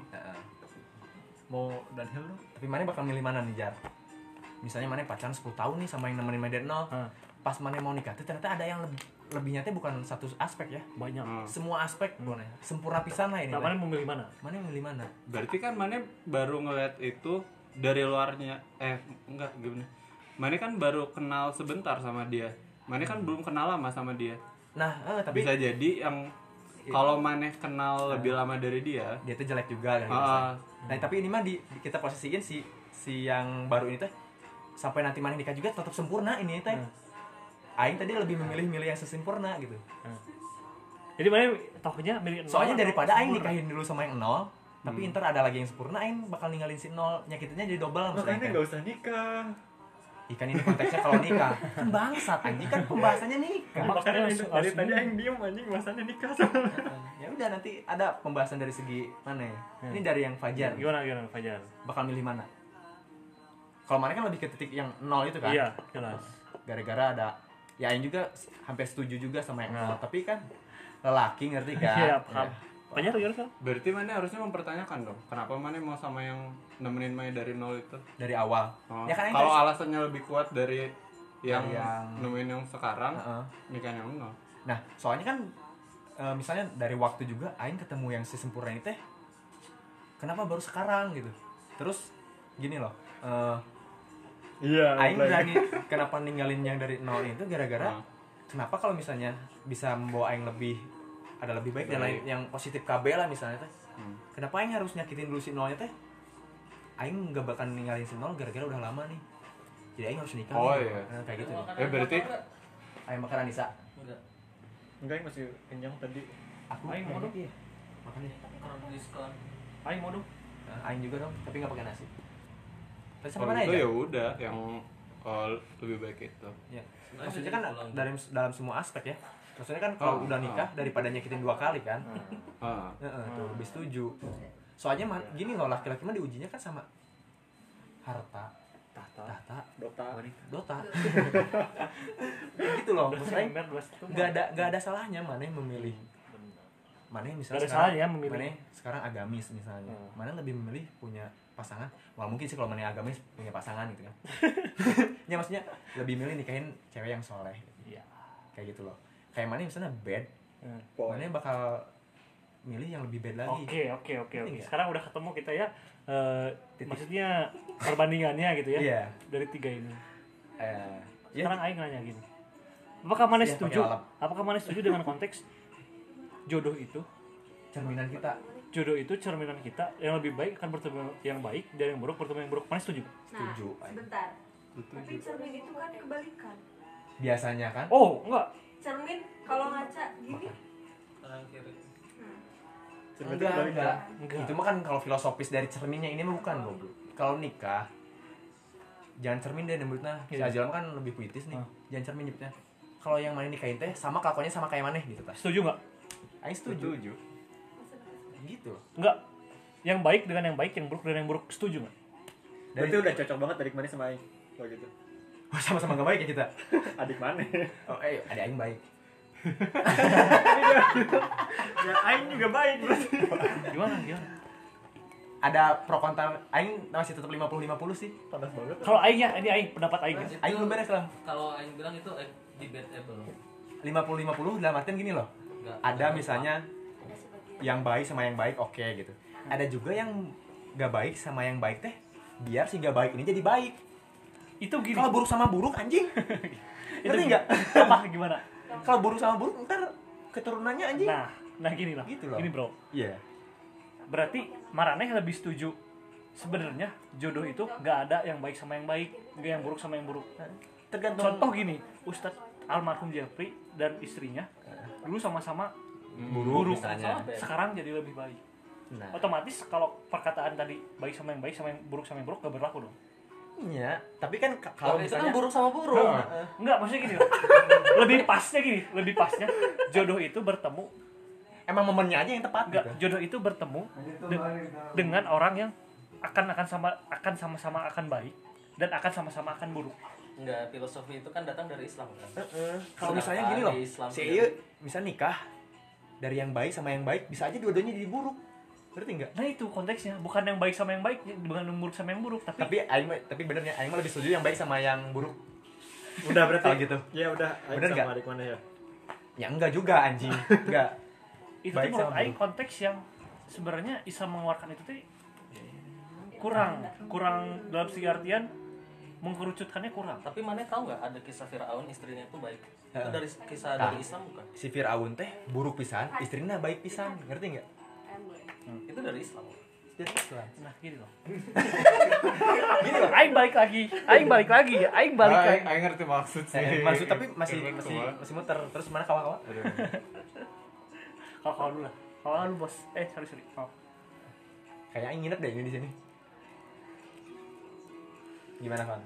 Mau downhill dong? Tapi Maneh bakal milih mana nih Jar? Misalnya Maneh pacaran 10 tahun nih sama yang nemenin Maneh dari nol. Pas Maneh mau nikah tuh ternyata ada yang lebihnya tuh bukan satu aspek ya. Banyak. Semua aspek bro. Sempurna pisan lah ini. Nah, mana memilih mana? Maneh milih mana? Berarti kan Mane baru ngeliat itu dari luarnya. Enggak gimana? Mane kan baru kenal sebentar sama dia. Mane kan belum kenal lama sama dia. Nah, tapi Bisa jadi yang kalau Mane kenal lebih lama dari dia. dia tuh jelek juga kan. Nah, tapi ini mah kita posisiin si yang baru ini teh sampai nanti Maneh nikah juga tetap sempurna ini teh. Aing tadi lebih memilih yang sesempurna gitu. Jadi mana tohnya milih nol Soalnya atau daripada Aing sempurna? nikahin dulu sama yang nol, tapi ntar ada lagi yang sempurna, Aing bakal ninggalin si nol. Nyakitinnya jadi double maksudnya. Makanya nggak usah nikah. Ikan ini konteksnya kalau nikah kan bangsat anjing kan pembahasannya nikah. Makanya harus- dari harus tadi aing diem anjing masanya nikah sama. Ya udah nanti ada pembahasan dari segi mana ya. Ini dari yang Fajar. Gimana Fajar? Bakal milih mana? Kalau mana kan lebih ke titik yang nol itu kan. Iya, jelas. Gara-gara ada ya Aing juga hampir setuju juga sama yang nol, tapi kan lelaki ngerti kan? Iya, paham. Fajar gimana kan? Berarti Mane harusnya mempertanyakan dong, kenapa Mane mau sama yang nemenin Mane dari nol itu? Dari awal. Oh, Ya kan Aing kalau kasih- alasannya lebih kuat dari yang, nemuin yang sekarang, Heeh. nikahin yang nol. Nah, soalnya kan misalnya dari waktu juga Aing ketemu yang si sempurna ini teh kenapa baru sekarang gitu. Terus gini loh, Iya. Aing berani kenapa ninggalin yang dari nol itu gara-gara Nah. kenapa kalau misalnya bisa membawa Aing ada lebih baik dan lain yang positif KB lah misalnya teh. Kenapa Aing harus nyakitin dulu si nolnya teh? Aing gak bakal ninggalin si nol gara-gara udah lama nih. Jadi Aing harus nikah. Oh, nih. iya. Nah, kayak gitu nih. Berarti Aing makan Anissa. Enggak, yang masih kenyang tadi. Aku Aing mau dong. iya. Makan deh. Aing mau dong. Nah, Aing juga dong, tapi gak pakai nasi. Terus sama kalau mana itu aja? ya udah yang lebih baik itu. Ya. Maksudnya kan dalam semua aspek ya. Maksudnya kan kalau udah nikah daripada nyakitin 2 kali kan. Ah. Tuh lebih setuju. Soalnya gini loh, laki-laki mah diujinya kan sama harta, tahta, dota. Gitu loh. Maksudnya nggak ada salahnya mana yang memilih. Mana yang misalnya Nggak ada salahnya memilih. Mana yang sekarang agamis misalnya. Mana lebih memilih punya pasangan. Wah mungkin sih kalau mana yang agamis punya pasangan gitu kan. Ya maksudnya lebih milih nikahin cewek yang soleh. Iya. Kayak gitu loh. kayak mana misalnya bad, mana bakal milih yang lebih bad lagi. Oke. Sekarang udah ketemu kita ya. Maksudnya perbandingannya gitu ya. Iya. Dari 3 ini. Ya, Sekarang aing nanya gini. Apakah mana Iya, setuju? pakai alat. Apakah mana setuju dengan konteks jodoh itu? cerminan kita. Jodoh itu cerminan kita, yang lebih baik akan bertemu yang baik dan yang buruk bertemu yang buruk. Mana setuju? Setuju. Sebentar. Tapi cermin itu kan kebalikan. Biasanya kan. Oh, enggak. Cermin kalau ngaca gini. Kanan kiri. Enggak. Enggak. Itu mah kan kalau filosofis dari cerminnya, ini mah bukan bro. Kalau nikah jangan cermin deh nyebutnya. Si Iya. Ajalam kan lebih puitis nih. Jangan cermin nyebutnya. Kalau yang mana nikahin teh sama kelakuannya sama kayak mana gitu tas. Setuju enggak? Aing setuju. Gitu. Enggak. Yang baik dengan yang baik, yang buruk dengan yang buruk. Setuju enggak? Berarti udah cocok banget dari kemarin sama Aing. Kalau gitu. Wah, sama-sama gak baik ya kita. Adik mana? Oh, ada Aing baik. Ya Aing juga baik berarti. Gimana? Ada pro kontra. Aing masih tetap 50-50 sih. Panas banget. Kalau aing ya, ini aing pendapat aing. Ya. Aing belum beres lah. Kalau Aing bilang itu debatable. 50-50 dalam artian gini loh. Nggak, Ada nggak misalnya Ada sebagian. yang baik sama yang baik oke gitu. Ada juga yang gak baik sama yang baik teh biar si gak baik ini jadi baik. Itu gini. Kalau buruk sama buruk anjing. Itu Ngerti gini. nggak? Apa gimana? Kalau buruk sama buruk ntar keturunannya anjing. Nah gini loh. Gitu loh. Gini bro. Iya. Berarti Maraneh lebih setuju sebenarnya jodoh itu gak ada yang baik sama yang baik, gak yang buruk sama yang buruk. Tergantung. Contoh gini, Ustadz almarhum Jeffrey dan istrinya dulu sama-sama buruk misalnya. sekarang jadi lebih baik. Nah, Otomatis kalau perkataan tadi baik sama yang buruk sama yang buruk gak berlaku dong. iya. Tapi kan Kalau kalau itu kan misalnya buruk sama buruk. Enggak, maksudnya gini. Lebih pasnya jodoh itu bertemu emang momennya aja yang tepat enggak, gitu. jodoh itu bertemu dengan orang yang akan sama-sama akan baik dan akan sama-sama akan buruk. Enggak, filosofi itu kan datang dari Islam kan. Kalau misalnya gini loh, si Iya misal nikah dari yang baik sama yang baik bisa aja dua-duanya jadi buruk. Ngerti enggak? Nah itu konteksnya, bukan yang baik sama yang baik, bukan yang buruk sama yang buruk, Tapi benernya aing mah lebih setuju yang baik sama yang buruk. Udah berarti. Kalau gitu. Ya udah. Aing Bener sama nggak? adik mana ya? Ya enggak juga anjing. Enggak. itu Baik tuh menurut sama aing konteks yang sebenarnya Islam mengeluarkan itu tuh kurang dalam segi artian mengkerucutkannya kurang. Tapi mana tahu nggak ada kisah Firaun istrinya itu baik. Itu Heeh. dari kisah Nah. dari Islam bukan? Si Firaun teh buruk pisan, istrinya baik pisan. Ngerti enggak? Itu dari Islam. Jadi Islam. Nah gini loh. Gini loh. Aing balik lagi ya. Aing balik lagi. Aing ngerti maksud sih. Maksud tapi masih Karena masih tua. masih muter. Terus mana kawan-kawan? Kalau dulu lah. Kalau dulu bos. Sorry. Oh. Kayaknya aing nginep deh ini di sini. Gimana, Kan?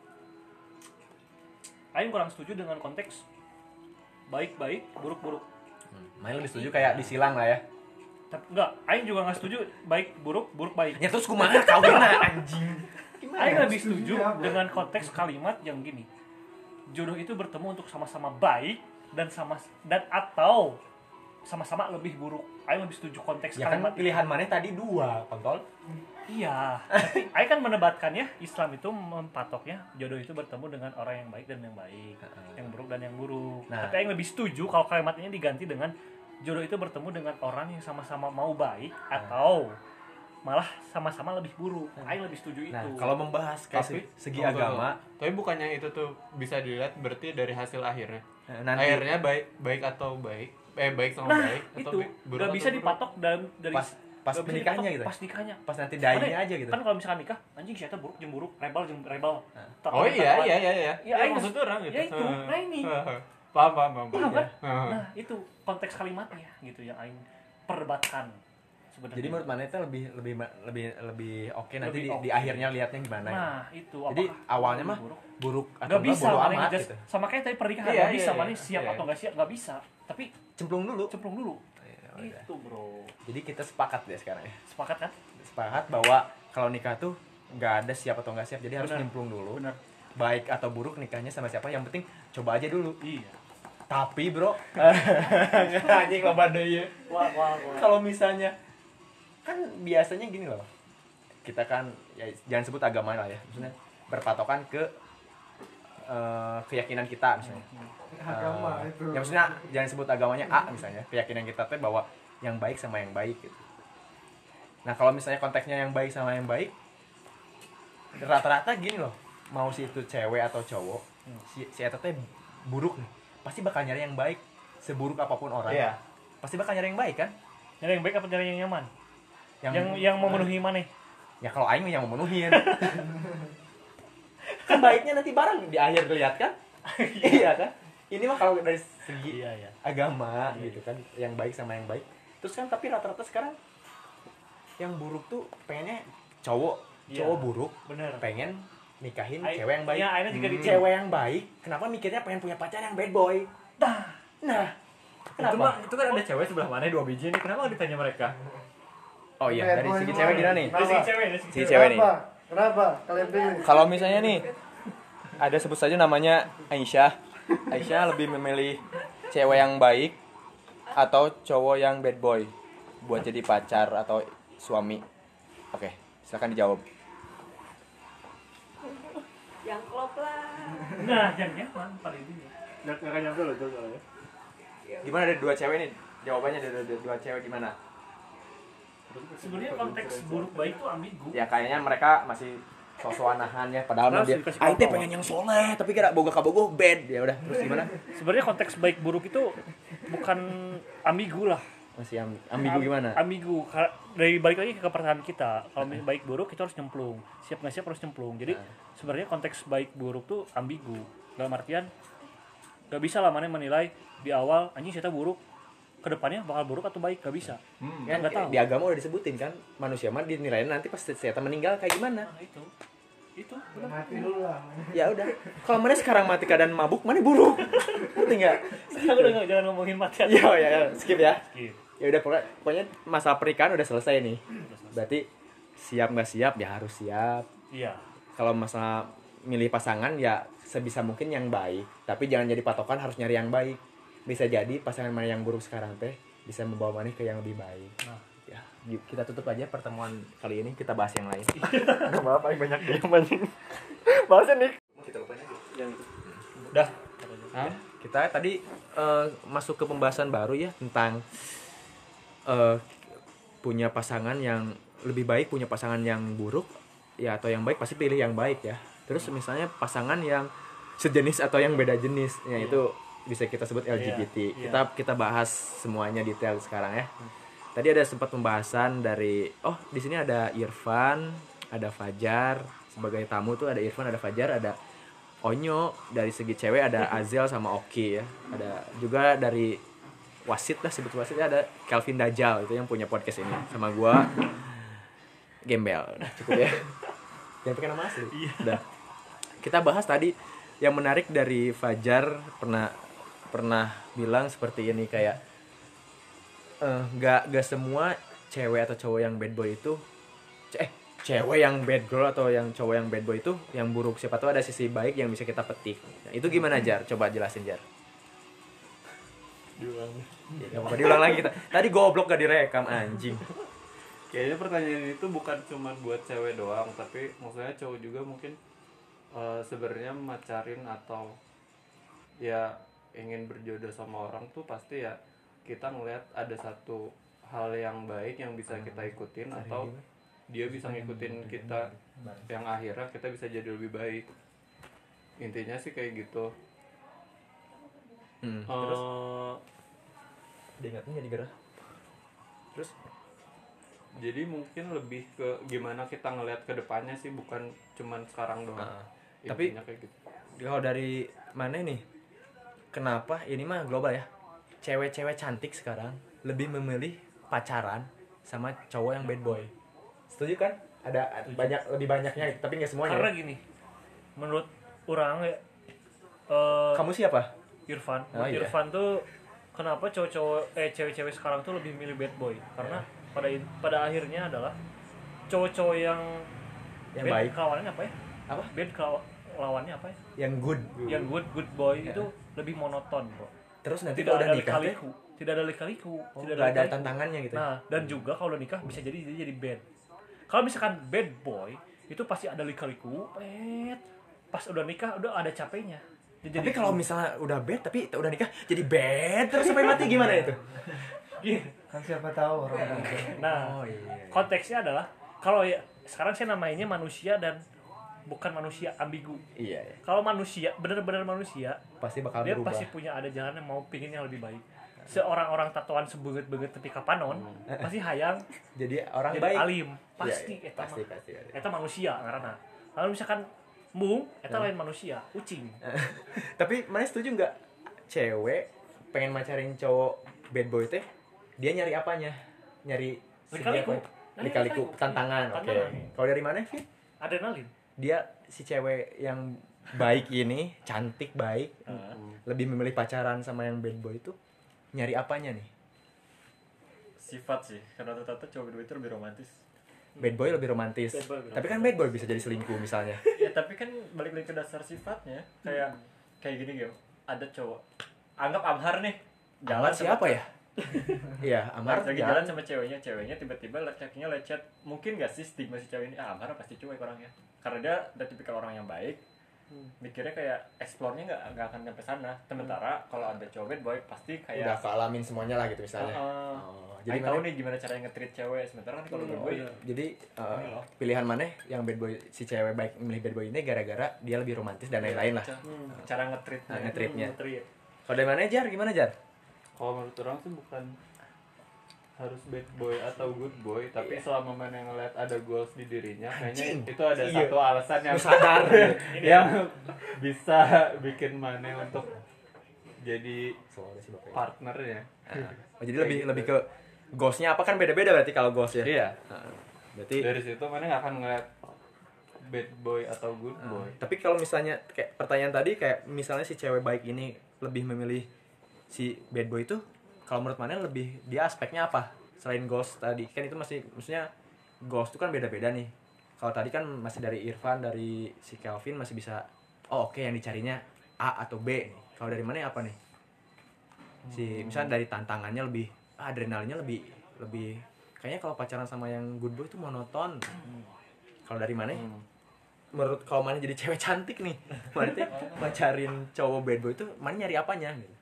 Aing kurang setuju dengan konteks baik-baik, buruk-buruk. Main lebih setuju kayak disilang lah ya. Tapi enggak, Aing juga nggak setuju baik-buruk, buruk-baik. Ya terus kumaha kawinna anjing. Aing lebih setuju dengan konteks kalimat yang gini. Jodoh itu bertemu untuk sama-sama baik dan atau sama-sama lebih buruk. Aing lebih setuju konteks Ya kan kalimat. pilihan mana tadi dua, kontol. Iya, tapi Aing kan menebatkannya Islam itu mempatoknya jodoh itu bertemu dengan orang yang baik dan yang baik, yang buruk dan yang buruk. Nah. Tapi Aing lebih setuju kalau kalimat ini diganti dengan jodoh itu bertemu dengan orang yang sama-sama mau baik atau malah sama-sama lebih buruk. Aing lebih setuju Nah, itu. kalau membahas kayak Tapi- segi Tunggu, agama, Tapi bukannya itu tuh bisa dilihat berarti dari hasil akhirnya. nanti Akhirnya baik atau baik, baik sama Nah, baik atau itu buruk gak atau bisa buruk. dipatok dari pas nggak bisa menikahnya dipatok gitu. Pas nikahnya. pas nanti dainya Makanya, aja gitu. Kan kalau misalkan nikah, anjing siapa buruk, jeung buruk, rebel. Oh iya. Ya, Ya, aing maksud orang gitu. ya itu, nah ini. Paham. Paham kan? Heeh. Nah, itu konteks kalimatnya gitu yang aing perdebatkan sebenarnya. Jadi menurut mana itu lebih oke nanti Lebih di oke. akhirnya lihatnya gimana ya. Nah, itu Jadi apakah awalnya mah buruk? buruk atau Gak bisa, bodo mana amat ngejudge. gitu. Sama kayak tadi pernikahan, Iya, gak bisa, iya, mana iya. siap Iya. atau gak siap, gak bisa. Tapi Cemplung dulu. cemplung dulu. Ya udah. Itu bro. Jadi kita sepakat deh sekarang ya. Sepakat kan? Sepakat bahwa kalau nikah tuh nggak ada siap atau nggak siap, jadi harus Benar. nyemplung dulu. Benar. Baik atau buruk nikahnya sama siapa, yang penting coba aja dulu. Iya. Tapi bro, anjing loba deui. Wah. Kalau misalnya kan biasanya gini loh, kita kan ya jangan sebut agama lah ya, maksudnya berpatokan ke keyakinan kita misalnya. Agama itu. Ya maksudnya jangan sebut agamanya A misalnya, keyakinan kita teh bahwa yang baik sama yang baik gitu. Nah kalau misalnya konteksnya yang baik sama yang baik, rata-rata gini loh, mau si itu cewek atau cowok, si eta teh buruk nih, pasti bakal nyari yang baik, seburuk apapun orang, Iya. pasti bakal nyari yang baik kan? Nyari yang baik apa nyari yang nyaman? Yang memenuhi mana? Ya kalau aing yang memenuhin. Kan baiknya nanti bareng di akhir dilihat kan? Iya kan? Ini mah kalau dari segi Iya. agama gitu kan, yang baik sama yang baik. Terus kan tapi rata-rata sekarang yang buruk tuh pengennya cowok Iya. buruk Bener. pengen nikahin Ai- cewek yang baik. iya, akhirnya juga di- Cewek yang baik, kenapa mikirnya pengen punya pacar yang bad boy? Nah, kenapa? Itu kan ada cewek sebelah mana 2 biji nih, kenapa nggak ditanya mereka? Oh iya, Bad dari boy segi gimana? cewek gimana nih? Dari segi cewek, dari segi Si cewek. cewek nih. Kenapa? Kalian pilih. Kalau misalnya nih ada sebut saja namanya Aisyah. Aisyah lebih memilih cewek yang baik atau cowok yang bad boy buat jadi pacar atau suami. Oke, silakan dijawab. Yang klop lah. Nah, yang nyaman paling ini. Nggak nyampe loh tuh soalnya. Gimana dari dua cewek nih? Jawabannya dari dua cewek gimana? Sebenarnya konteks buruk baik itu ambigu. Ya kayaknya mereka masih sosokan nahan ya, padahal mah dia Dikasih aing teh kontrol. pengen yang soleh, tapi kira boga-kabogoh bad. Ya udah, terus gimana? Sebenarnya konteks baik buruk itu bukan ambigu lah. Masih ambigu gimana? Ambigu dari balik lagi ke kepercayaan kita. Kalau baik buruk kita harus nyemplung. Siap nggak siap harus nyemplung. Jadi sebenarnya konteks baik buruk tuh ambigu. Dalam artian nggak bisa lah mana menilai di awal anjing saya buruk, kedepannya bakal buruk atau baik, nggak bisa. Kan nggak tahu. di agama udah disebutin kan, manusia mah dinilainya nanti pas ternyata meninggal kayak gimana. Nah, itu Mati dulu lah. Ya udah, kalau mana sekarang mati keadaan mabuk, mana buruk, ngerti nggak? Sekarang udah nggak, jangan ngomongin mati. Ya, skip ya. Skip. Ya udah pokoknya masalah pernikahan udah selesai nih. Berarti siap nggak siap ya harus siap. Iya. Kalau masalah milih pasangan ya sebisa mungkin yang baik, tapi jangan jadi patokan harus nyari yang baik. Bisa jadi pasangan mana yang buruk sekarang teh bisa membawa mana ke yang lebih baik. Nah. Ya, yuk kita tutup aja pertemuan kali ini, kita bahas yang lain. Maaf, paling banyak diam anjing. Bahasnya nih. Kita lupain aja yang itu. Udah. Kita tadi masuk ke pembahasan baru ya tentang punya pasangan yang lebih baik, punya pasangan yang buruk ya, atau yang baik pasti pilih yang baik ya. Terus misalnya pasangan yang sejenis atau yang beda jenis ya, itu bisa kita sebut LGBT. Iya. Kita bahas semuanya detail sekarang ya. Tadi ada sempat pembahasan dari di sini ada Irfan, ada Fajar sebagai tamu tuh, ada Irfan, ada Fajar, ada Onyo. Dari segi cewek ada Azel sama Oki ya. Ada juga dari wasit lah, sebut wasit ada Kelvin Dajjal, itu yang punya podcast ini sama gua Gembel. Udah cukup ya. Jangan pakai nama asli. Udah. Kita bahas tadi yang menarik dari Fajar pernah bilang seperti ini, kayak nggak semua cewek atau cowok yang bad boy itu cewek yang bad girl atau yang cowok yang bad boy itu yang buruk, siapa tahu ada sisi baik yang bisa kita petik. Nah, itu gimana Jar? Coba jelasin Jar. Diulang lagi kita. Tadi goblok gak direkam anjing. Kayaknya pertanyaan itu bukan cuma buat cewek doang, tapi maksudnya cowok juga mungkin sebenarnya macarin atau ya ingin berjodoh sama orang tuh pasti ya kita ngelihat ada satu hal yang baik yang bisa kita ikutin, atau dia bisa ngikutin kita yang akhirnya kita bisa jadi lebih baik. Intinya sih kayak gitu. Terus diingatnya jadi gerah. Terus Jadi mungkin lebih ke gimana kita ngelihat ke depannya sih, bukan cuman sekarang doang. Tapi Intinya kayak gitu. kalau dari mana nih? Kenapa ini mah global ya? Cewek-cewek cantik sekarang lebih memilih pacaran sama cowok yang bad boy. Setuju kan? Ada banyak, lebih banyaknya, tapi nggak semuanya. Karena Ya? gini, menurut orang ya, Kamu siapa? Irfan, Oh, iya. Irfan tuh kenapa cewek-cewek sekarang tuh lebih milih bad boy? Karena pada akhirnya adalah cowok-cowok yang Yang bad baik. lawannya apa ya? Apa? Bad lawannya apa ya? Yang good. Yang good boy itu lebih monoton, bro. Terus nanti Tidak kalau ada udah nikah teh, lika-liku, tidak ada lika-liku, tidak nggak ada lika-liku. tantangannya gitu. Nah, dan juga kalau nikah bisa jadi dia jadi bad. Kalau misalkan bad boy itu pasti ada lika-liku, pas udah nikah udah ada capeknya. Dia Tapi jadi- kalau misalnya udah bad tapi udah nikah jadi bad terus sampai mati gimana itu? Gini. Kan siapa tahu orang muda. Nah, Oh iya. konteksnya adalah kalau ya sekarang saya namainnya manusia dan bukan manusia, ambigu. Iya, iya. Kalau manusia, benar-benar manusia, Pasti bakal dia berubah. pasti punya ada jalan yang mau pingin yang lebih baik. Seorang-orang tatoan sebeget-beget tapi kapanon pasti hayang Jadi orang jadi baik. alim, pasti Iya, iya. eta Pasti mah. pasti. ada. Eta manusia karena kalau misalkan mung eta lain manusia, ucing. Tapi mana setuju nggak cewek pengen macarin cowok bad boy teh dia nyari apanya? Nyari si Lika-liku. dia apa? Lika-liku tantangan. Oke. Tantangan. Kalau dari mana, Fit? Adrenalin. Dia si cewek yang baik ini, cantik baik, lebih memilih pacaran sama yang bad boy itu nyari apanya nih? Sifat sih, karena rata-rata cowok bad boy itu lebih romantis. Bad boy lebih romantis. Bad boy lebih Tapi kan bad boy bisa jadi selingkuh misalnya. Ya tapi kan balik lagi ke dasar sifatnya, kayak gini gitu. Ada cowok, anggap Amhar nih, Amar siapa ya? Iya, Amar lagi jalan sama ceweknya tiba-tiba kakinya lecet. Mungkin gak sih stigma si cewek ini, Amhar pasti cuek orangnya. Karena dia udah tipikal orang yang baik, mikirnya kayak explore-nya nggak akan sampai sana. Sementara kalau ada cowok bad boy pasti udah kayak kealamin semuanya lah gitu misalnya. jadi Jadi tahu mana, nih gimana cara nge-treat cewek. Sementara kan kalau bad boy jadi Ini loh. pilihan mana yang bad boy si cewek baik memilih bad boy ini gara-gara dia lebih romantis dan lain-lain lah. cara nge-treat Nah, nge-treatnya. Nge-treat. Kalau dari mana Jar? Gimana Jar? Kalau menurut orang sih bukan harus bad boy atau good boy, tapi selama mana yang ngeliat ada goals di dirinya, kayaknya Anjing. itu ada Iya. satu alasan yang Sadar. yang bisa bikin mana untuk jadi Soalnya sih Bapak. partnernya. Oh, jadi lebih ke goalsnya apa kan beda-beda berarti kalau goals ya. Iya. Berarti Dari situ mana nggak akan ngeliat bad boy atau good boy. tapi kalau misalnya kayak pertanyaan tadi kayak misalnya si cewek baik ini lebih memilih si bad boy itu kalau menurut mana lebih dia aspeknya apa selain goals tadi kan itu masih maksudnya goals itu kan beda-beda nih kalau tadi kan masih dari Irfan dari si Kelvin masih bisa oh oke yang dicarinya A atau B nih kalau dari mana apa nih si misalnya dari tantangannya lebih adrenalinnya lebih kayaknya kalau pacaran sama yang good boy itu monoton kalau dari mana menurut kalau mana jadi cewek cantik nih berarti pacarin cowok bad boy itu mana nyari apanya gitu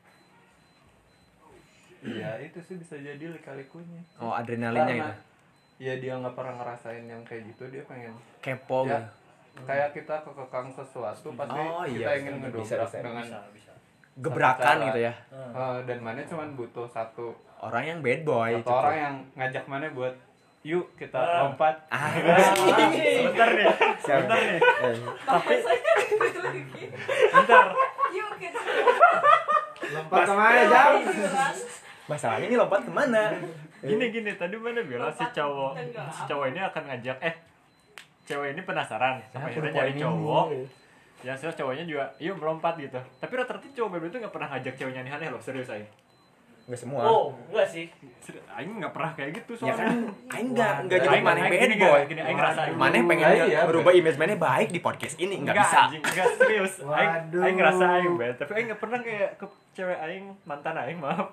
Iya, itu sih bisa jadi lika-likunya. oh adrenalinnya Karena gitu ya dia nggak pernah ngerasain yang kayak gitu, dia pengen kepo ya, gitu kayak kita kekekang sesuatu pasti Oh, kita iya, ingin bisa, ngedobrak bisa. dengan Bisa. gebrakan cara. gitu ya dan mana cuman butuh satu orang yang bad boy satu orang yang ngajak mana buat yuk kita lompat. sebentar nih Tapi bentar. Yuk kita Lompat kemana jam? masalahnya ini lompat kemana gini tadi mana bilang si cowok ini akan ngajak cewek ini penasaran sama kita nyari cowok yang serius cowoknya juga yuk melompat gitu tapi rata-rata cowok bebek itu nggak pernah ngajak ceweknya aneh-aneh loh serius aing nggak semua Oh, enggak sih. aing nggak pernah kayak gitu ya soalnya kan aing nggak jadi mana bad gini, boy gini aing ngerasain mana pengen Iya, merubah image mana baik di podcast ini nggak bisa anjing, nggak serius Waduh. aing ngerasa aing bad tapi aing nggak pernah kayak ke cewek aing mantan aing maaf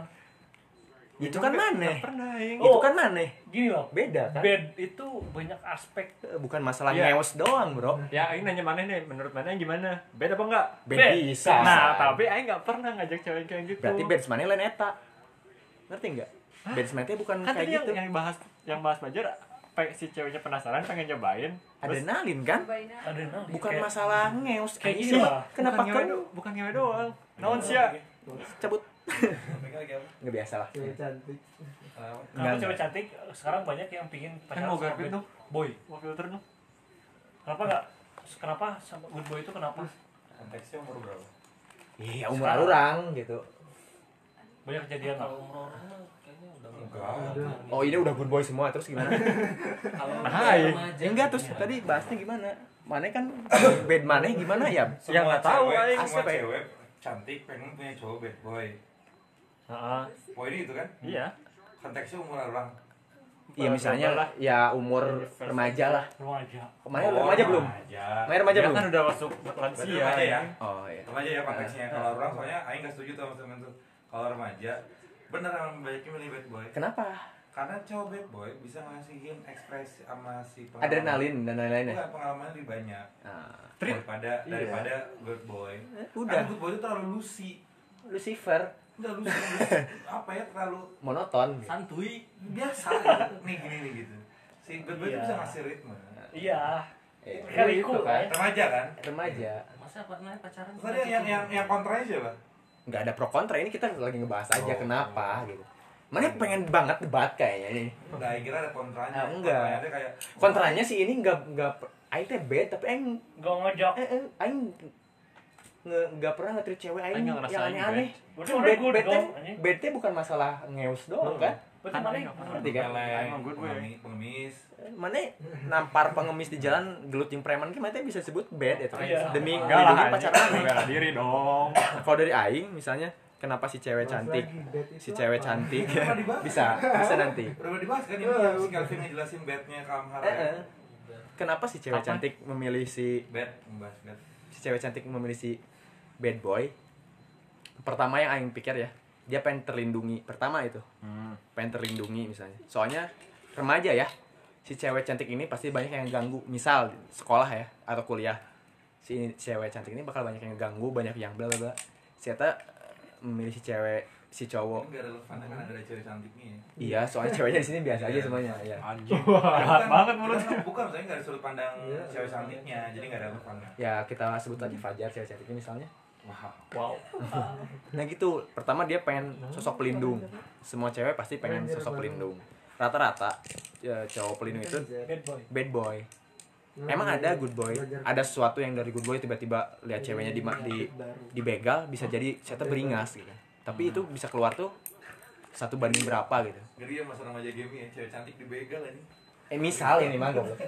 itu kan mana nggak pernah aing itu kan mana Gini loh. beda kan Bed itu banyak aspek. bukan masalah Iya. ngeos doang bro ya aing nanya mana nih menurut mana yang gimana bad apa enggak bad bisa nah tapi aing nggak pernah ngajak cewek kayak gitu berarti bad mana lain eta ngerti nggak bad mana bukan kan kayak tadi gitu yang bahas Bajar si ceweknya penasaran pengen nyobain terus adrenalin kan cobain aja. Adrenalin. bukan Kayak- masalah ngeos kayak Aing gini sih, lah. kenapa bukan ngewe doang naon sih ya cabut nggak biasa lah Cewek cantik. Kenapa Enggak, cewek cantik sekarang banyak yang pingin kan pacaran mau sama garpit bad tuh boy? mau filter tuh Kenapa sama good boy itu kenapa? Konteksnya umur berapa? iya umur orang gitu Banyak kejadian lah. Kalau umur orang mah kayaknya udah Aduh. oh ini udah good boy semua terus gimana Kalau Hai, remaja enggak terus gimana? tadi bahasnya gimana? Mana kan bad mana gimana ya? Ya, nggak tahu, aing. semua Asep, ya? cewek cantik pengen punya cowok bad boy. Heeh. Boy itu kan Iya. konteksnya umur orang. Iya misalnya lah. ya umur remaja lah. Remaja. Kemarin remaja belum? Remaja. Kemarin remaja Dia belum? kan udah masuk Berarti lansia remaja ya. Oh iya. Remaja ya konteksnya. Kalau orang soalnya aing nggak setuju tuh sama temen tuh. Kalau remaja bener emang baiknya milih bad boy. Kenapa? karena cowok bad boy bisa ngasihin ekspresi sama si Adrenalin dan lain-lain ya. Bukan, pengalaman lebih banyak Nah, daripada good boy. udah. Karena good boy itu terlalu Lucifer udah lucy apa ya, terlalu monoton. Santuy. biasa gitu. Nih gini nih gitu. Si good boy itu Iya. bisa ngasih ritme. Iya. Kan itu kan Remaja kan? remaja. Masa apa namanya pacaran? Tadi yang kontranya siapa? Nggak ada pro kontra, ini kita lagi ngebahas aja Oh. kenapa gitu. Mana pengen banget debat kayaknya nih. Enggak, kira ada kontranya. Ah, enggak. Kontranya tuh kayak Kontranya sih ini nggak aing teh bad tapi aing Gak ngejok. aing nggak pernah nge-treat cewek aing Aing yang nggak ngerasain aneh-aneh. Berarti Kan mana bad good bad teh dong, anjing. bad teh bukan masalah ngeus doang kan. Berarti mana Ngerti kan? meleng, Emang good boy. pengemis. Mana nampar pengemis di jalan gelut yang preman ki mana bisa disebut bad itu kan. Iya. Demi Enggak lah, melindungi pacar aneh. bela diri dong. Kalau dari aing misalnya kenapa si cewek cantik si cewek cantik bisa nanti. Udah dibahas kan ini yang si Calvin ngejelasin bednya Kamhar. Kenapa si cewek Apa? cantik memilih si Membahas bed. cewek cantik memilih si bad boy? Pertama yang aing pikir ya, dia pengen terlindungi. Pertama itu, pengen terlindungi misalnya. Soalnya remaja ya, si cewek cantik ini pasti banyak yang ganggu. Misal sekolah ya atau kuliah, si cewek cantik ini bakal banyak yang ganggu, banyak yang bla bla bla. Si Eta memilih si cowok. Ini gak relevan kan ada cewek cantiknya ya. Iya, soalnya ceweknya di sini biasa aja semuanya. Ya. Anjing. Jahat banget mulutnya. Bukan, maksudnya gak ada sudut pandang cewek cantiknya, jadi gak relevan. Ya kita sebut aja Fajar cewek cantiknya misalnya. Wow. Nah gitu, pertama dia pengen sosok pelindung. Semua cewek pasti pengen sosok pelindung. Rata-rata cowok pelindung itu Bad boy. bad boy. Emang ada good boy, ada sesuatu yang dari good boy tiba-tiba lihat ceweknya di begal bisa jadi saya beringas gitu. Tapi itu bisa keluar tuh 1 banding berapa gitu. Ngeri ya masa remaja game ya, cewek cantik dibegal ini. Misal ini mah goblok.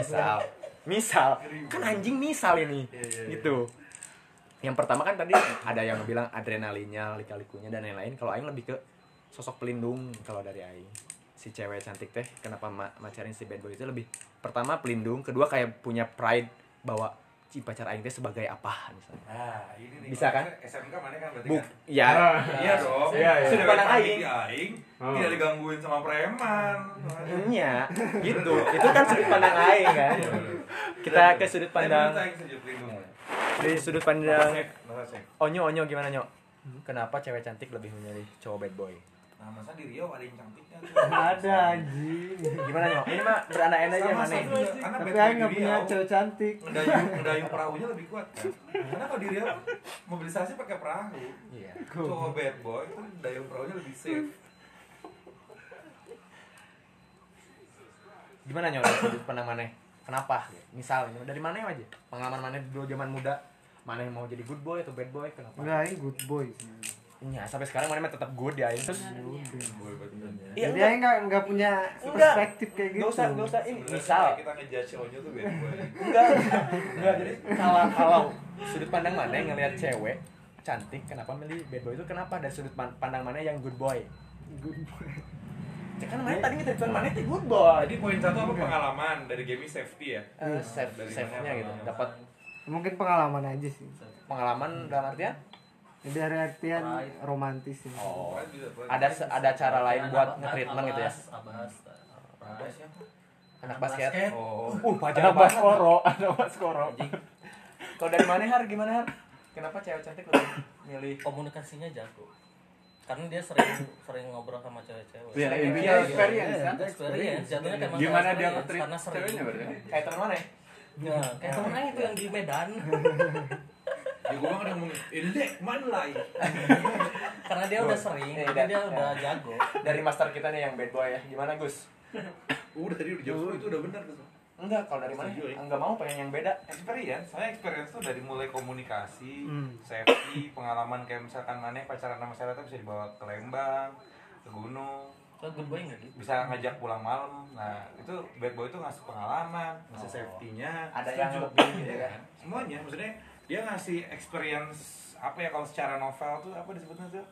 Misal kan anjing misal ini. Iya. Gitu. Yang pertama kan tadi ada yang bilang adrenalinnya, lika-likunya dan lain-lain. Kalau aing lebih ke sosok pelindung kalau dari aing. Si cewek cantik teh kenapa macarin si bad boy itu lebih pertama pelindung, kedua kayak punya pride bahwa si pacar aing teh sebagai apa misalnya. Nah, ini nih. Bisa kan? SMK mana kan berarti Buk, kan? ya. Iya dong. Iya, iya. Sudah Pandang pandang aing. aing. Tidak digangguin sama preman. Iya, gitu. Itu kan sudut pandang aing kan. Kita ke sudut pandang Saya aing saja pelindung. dari sudut pandang Masa sih? Onyo gimana Nyo? Kenapa cewek cantik lebih memilih cowok bad boy? Nah, masa di Riau ada yang cantiknya tuh. Ada anjing. Gimana Nyo? Ini mah berandai-andai aja Sama mana? karena Tapi bad boy aing di nggak punya Riau, cewek cantik. ngedayung perahunya lebih kuat kan. Karena kalau di Riau mobilisasi pakai perahu. Iya. Cowok bad boy itu dayung perahunya lebih safe. Gimana Nyo dari sudut pandang mana? Kenapa? Misal dari mana aja? Pengalaman mana dulu zaman muda? Mana yang mau jadi good boy atau bad boy? Kenapa? Enggak, aing good boy sih. Iya, sampai sekarang mana tetap good ya. Terus iya Jadi aing nggak punya Enggak. perspektif kayak gitu. Enggak usah ini Sebenarnya misal. kita ngejudge cowoknya tuh bad boy. Enggak jadi kalau sudut pandang mana yang ngelihat cewek cantik kenapa milih bad boy itu kenapa dari sudut pandang mana yang good boy? Good boy. Kan mana tadi kita bilang mana itu good boy. Jadi poin satu apa pengalaman dari game safety ya? Save-nya gitu. Dapat Mungkin pengalaman aja sih. pengalaman dalam artian Dari artian romantis sih. oh ada cara lain buat nge-treatment gitu ya. Anak basket. Oh. Pajar Anak banget. anak baskoro. Kalau dari mana Har? Gimana Har? Kenapa cewek cantik lebih milih Komunikasinya jago. Karena dia sering ngobrol sama cewek-cewek. Ya, Iya, intinya iya. experience kan. Experience, jatuhnya kayak Gimana masalah dia experience, nge-treat karena sering. ceweknya berarti? kayak teman mana? Nah, kayak temennya itu yang di Medan. Ya gue bilang ngomongin, ini deh, mana lah ya? Karena dia udah sering, jadi dia udah jago. Dari master kita nih yang bad boy ya. Gimana Gus? Udah tadi udah jawab itu udah benar tuh. Enggak, kalau dari mana? Setuju, ya. Enggak mau pengen yang beda. Experience, saya experience tuh dari mulai komunikasi, safety, pengalaman kayak misalkan mana pacaran sama saya tuh bisa dibawa ke Lembang, ke gunung, Kalau good boy nggak gitu. bisa ngajak pulang malam. Nah itu bad boy itu ngasih pengalaman, ngasih safety-nya, Ada yang setuju. lebih gitu Iya kan. semuanya maksudnya dia ngasih experience apa ya kalau secara novel tuh apa disebutnya tuh?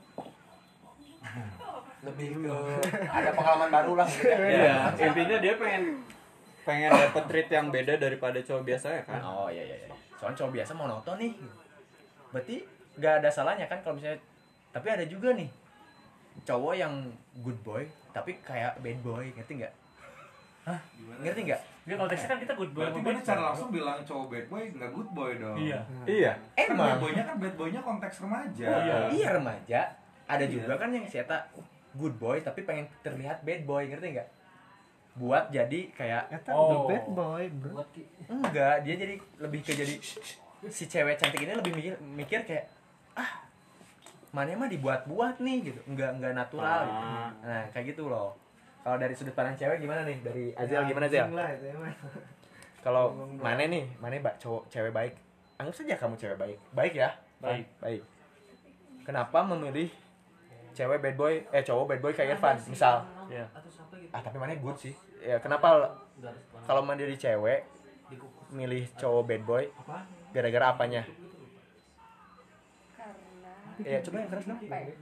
Lebih ke ada pengalaman baru lah gitu kan. Iya, intinya dia pengen dapet treat yang beda daripada cowok biasa ya kan? Oh iya. Soalnya cowok biasa monoton nih. Berarti gak ada salahnya kan kalau misalnya tapi ada juga nih cowok yang good boy tapi kayak bad boy, ngerti nggak? Hah? Ngerti nggak? Dia konteksnya kan kita good boy Berarti sama mana bad cara boy. langsung bilang cowok bad boy nggak good boy dong? Iya. Iya. Kan bad boynya kan bad boynya konteks remaja. Oh, iya. Iya remaja. Ada Iya. juga kan yang sieta good boy tapi pengen terlihat bad boy, ngerti nggak? Buat jadi kayak Eta Oh. the bad boy, bro. enggak, dia jadi lebih ke jadi si cewek cantik ini lebih mikir kayak mana mah dibuat-buat nih gitu, enggak natural gitu. Nah kayak gitu loh. Kalau dari sudut pandang cewek gimana nih? Dari Azel gimana Zel? Anjing lah itu emang. Kalau mana nih, cowok cewek baik, anggap saja kamu cewek baik ya, Baik. Kenapa memilih cewek bad boy, cowok bad boy kayak Irfan misal? Iya. Tapi mana good sih? Ya kenapa kalau mana jadi cewek milih cowok bad boy? Gara-gara apanya? Karena Ya coba yang keras dong. apa ya?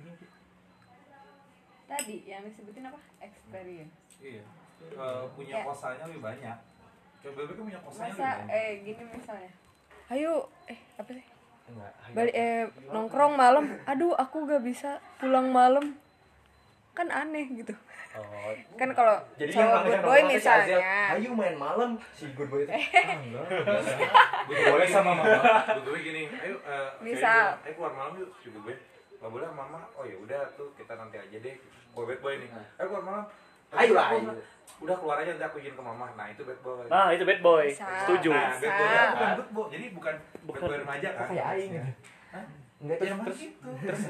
Tadi yang disebutin apa? Experience. Iya. Punya Ya. kosanya lebih banyak. Cowok bad boy kan punya kosanya Masa lebih banyak. gini misalnya. Ayo, apa sih? Enggak. Balik nongkrong malam. Aduh, aku gak bisa pulang malam. Kan aneh gitu. Oh. Kan kalau Jadi cowok good boy misalnya. ayo main malam si good boy itu. Good boy sama mama. Good boy gini, ayo Misal. ayo keluar malam yuk. Si good boy. Gak boleh mama. Oh ya udah tuh kita nanti aja deh. Boy bad boy nih. Ayo keluar malam. Ayo lah. Udah keluar aja nanti aku izin ke mama. Nah, itu bad boy. Nah, itu bad boy. Bisa. Setuju. Nah, bad boy Bisa. bukan good boy. Jadi bukan bad boy remaja kan? Kayak aing. Enggak Ya emang gitu.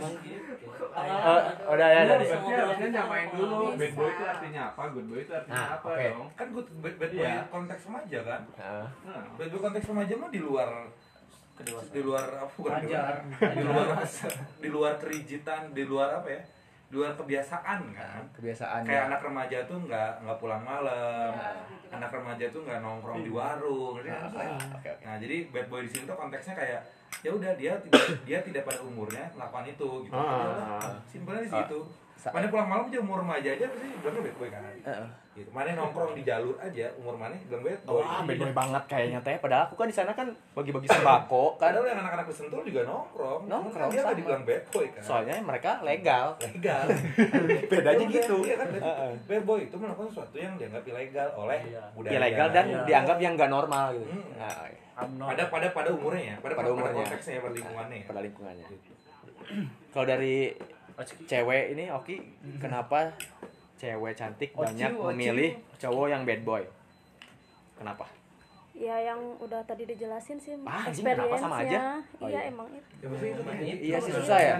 udah ya dari. Berarti harusnya nyamain dulu. Bisa. Bad boy itu artinya apa? Good boy itu artinya Nah, apa oke. dong? Kan good bad boy Iya. konteks remaja kan? Heeh. Nah, Bad boy konteks remaja mah di luar Kedewasaan. di luar apa bukan di luar, Wajar. di luar kerigitan, di luar apa ya, di luar kebiasaan kan. Kebiasaan Kayak anak remaja tuh nggak pulang malam, anak remaja tuh nggak nongkrong di warung, ngerti nggak maksudnya? Oke. Nah jadi bad boy di sini tuh konteksnya kayak ya udah dia tidak pada umurnya melakukan itu gitu. Simpelnya di situ. Mana pulang malam aja umur remaja aja pasti bilangnya bad boy kan. Gitu. Mana nongkrong di jalur aja umur mana bilang bad boy. Wah, bad boy banget kayaknya teh. Padahal aku kan di sana kan bagi-bagi sembako kan. Padahal yang anak-anak Sentul juga nongkrong. Cuman Nongkrong, kan dia nggak sama. dibilang bad boy kan. Soalnya mereka legal. legal. Bedanya Udah, gitu. Iya kan. Bad boy itu melakukan sesuatu yang dianggap ilegal oleh budaya. Ilegal dan Iya. dianggap yang nggak normal gitu. Hmm. Nah, pada umurnya ya, pada umurnya. konteksnya ya, pada lingkungannya ya. pada lingkungannya. Kalau dari cewek ini Oki, kenapa cewek cantik banyak memilih cowok yang bad boy? Kenapa? Ya yang udah tadi dijelasin sih Anjing, kenapa sama aja? experience-nya. Oh, Iya iya. emang itu. Iya sih susah ya.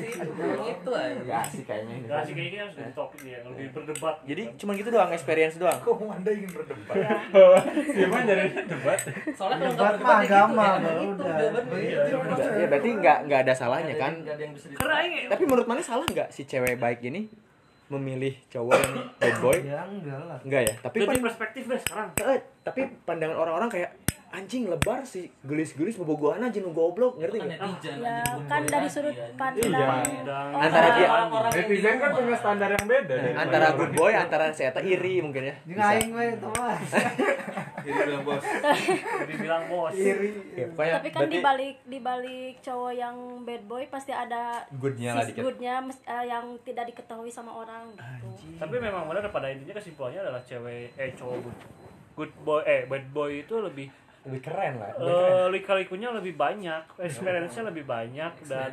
Itu aja. Enggak sih kayaknya ini. Nah, sih kayaknya harus jadi topik nih yang lebih berdebat. Jadi cuma gitu doang, experience doang. Kok Anda ingin berdebat? gimana jadi debat? Soalnya kalau Debat nggak mah berdebat ya agama, gitu, bro, emang itu udah. jawabannya. Ya berarti nggak ada salahnya kan? Nggak ada yang bisa Karena aing Tapi menurut mana salah nggak si cewek baik ini memilih cowok yang bad boy? Ya enggak lah. Enggak ya. Tapi dari perspektif deh sekarang. tapi pandangan orang-orang kayak anjing lebar si gelis-gelis bobogohan aja nu goblok, ngerti kan nggak? netizen Ya anjing, kan boy dari lagi, sudut anjing. pandang Dan Antara dia Orang-orang yang Netizen di kan rumah. punya standar yang beda. antara good boy antara saya iri mungkin ya. Jeung Bisa. aing we Thomas. Jadi bilang bos. dibilang bos. Iri. Ya, pokoknya tapi kan berarti dibalik cowok yang bad boy pasti ada goodnya lah sisi dikit. goodnya yang tidak diketahui sama orang gitu. Tapi memang benar pada intinya kesimpulannya adalah cewek cowok good boy bad boy itu lebih Lebih keren lah. lika-likunya lebih banyak, experience-nya lebih banyak dan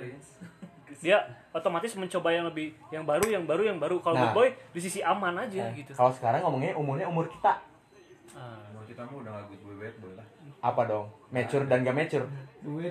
dia otomatis mencoba yang lebih yang baru. Kalau Nah. good boy di sisi aman aja gitu. Kalau sekarang ngomongnya umurnya umur kita. Ah. Umur kita mah udah nggak good boy bad boy lah. Apa dong? Mature dan gak mature. Duit.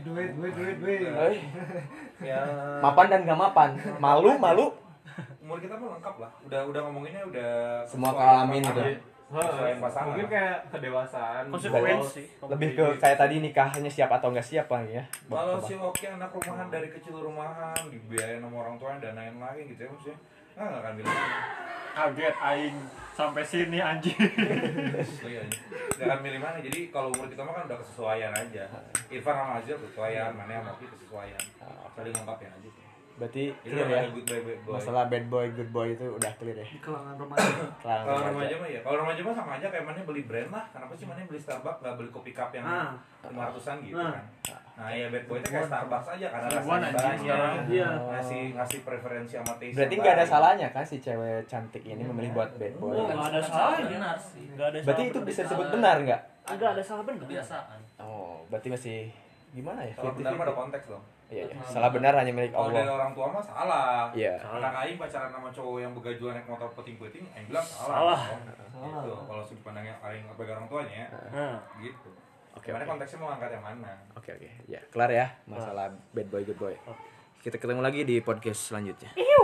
Ya. Mapan dan gak mapan. Malu. Umur kita mah lengkap lah. Udah ngomonginnya udah Semua kealamin pasangan. udah. Sesuai pasangan. Mungkin kayak kedewasaan. Konsekuensi. Lebih ke kayak tadi nikahnya siap atau nggak siap lah ya. Kalau si Oki anak rumahan dari kecil rumahan dibiayain sama orang tuanya dan lain-lain gitu ya maksudnya nggak akan bilang Kaget aing sampai sini anjing. iya nggak akan milih mana. Jadi kalau umur kita mah kan udah kesesuaian aja. Irfan sama Azil kesesuaian, mana yang Oki kesesuaian, saling lengkapin aja sih. Berarti Itu clear udah ya. ada good boy, bad boy. Masalah bad boy, good boy itu udah clear ya. Di kalangan remaja. Kalangan Kalau remaja. remaja mah ya, kalau remaja mah sama aja kayak mana beli brand lah. Kenapa sih mana beli Starbucks nggak beli kopi cup yang 500-an gitu kan? Nah ya bad boy itu kayak Starbucks aja karena Ribuan rasanya anjing, banyak. iya. Ngasih preferensi sama taste. Berarti yang nggak ada baik. salahnya kan si cewek cantik ini memilih buat bad boy. Oh, nggak ada salahnya. Benar sih. Nggak ada Berarti salah itu benar. bisa disebut benar nggak? Nggak ada salah benar. Kebiasaan. Oh, berarti masih gimana ya? Kalau benar mah ada konteks dong. Iya, iya. Salah benar hanya milik Kalau dari Allah. orang tua mah salah. Iya. Anak aing pacaran sama cowok yang begajuan naik motor peting-peting, aing bilang Salah. salah. Gitu. Kalau sudut pandangnya aing sebagai orang tuanya, Nah, gitu. Oke, Gimana oke. konteksnya mau angkat yang mana? Oke, oke. Ya, kelar ya masalah bad boy, good boy. Kita ketemu lagi di podcast selanjutnya.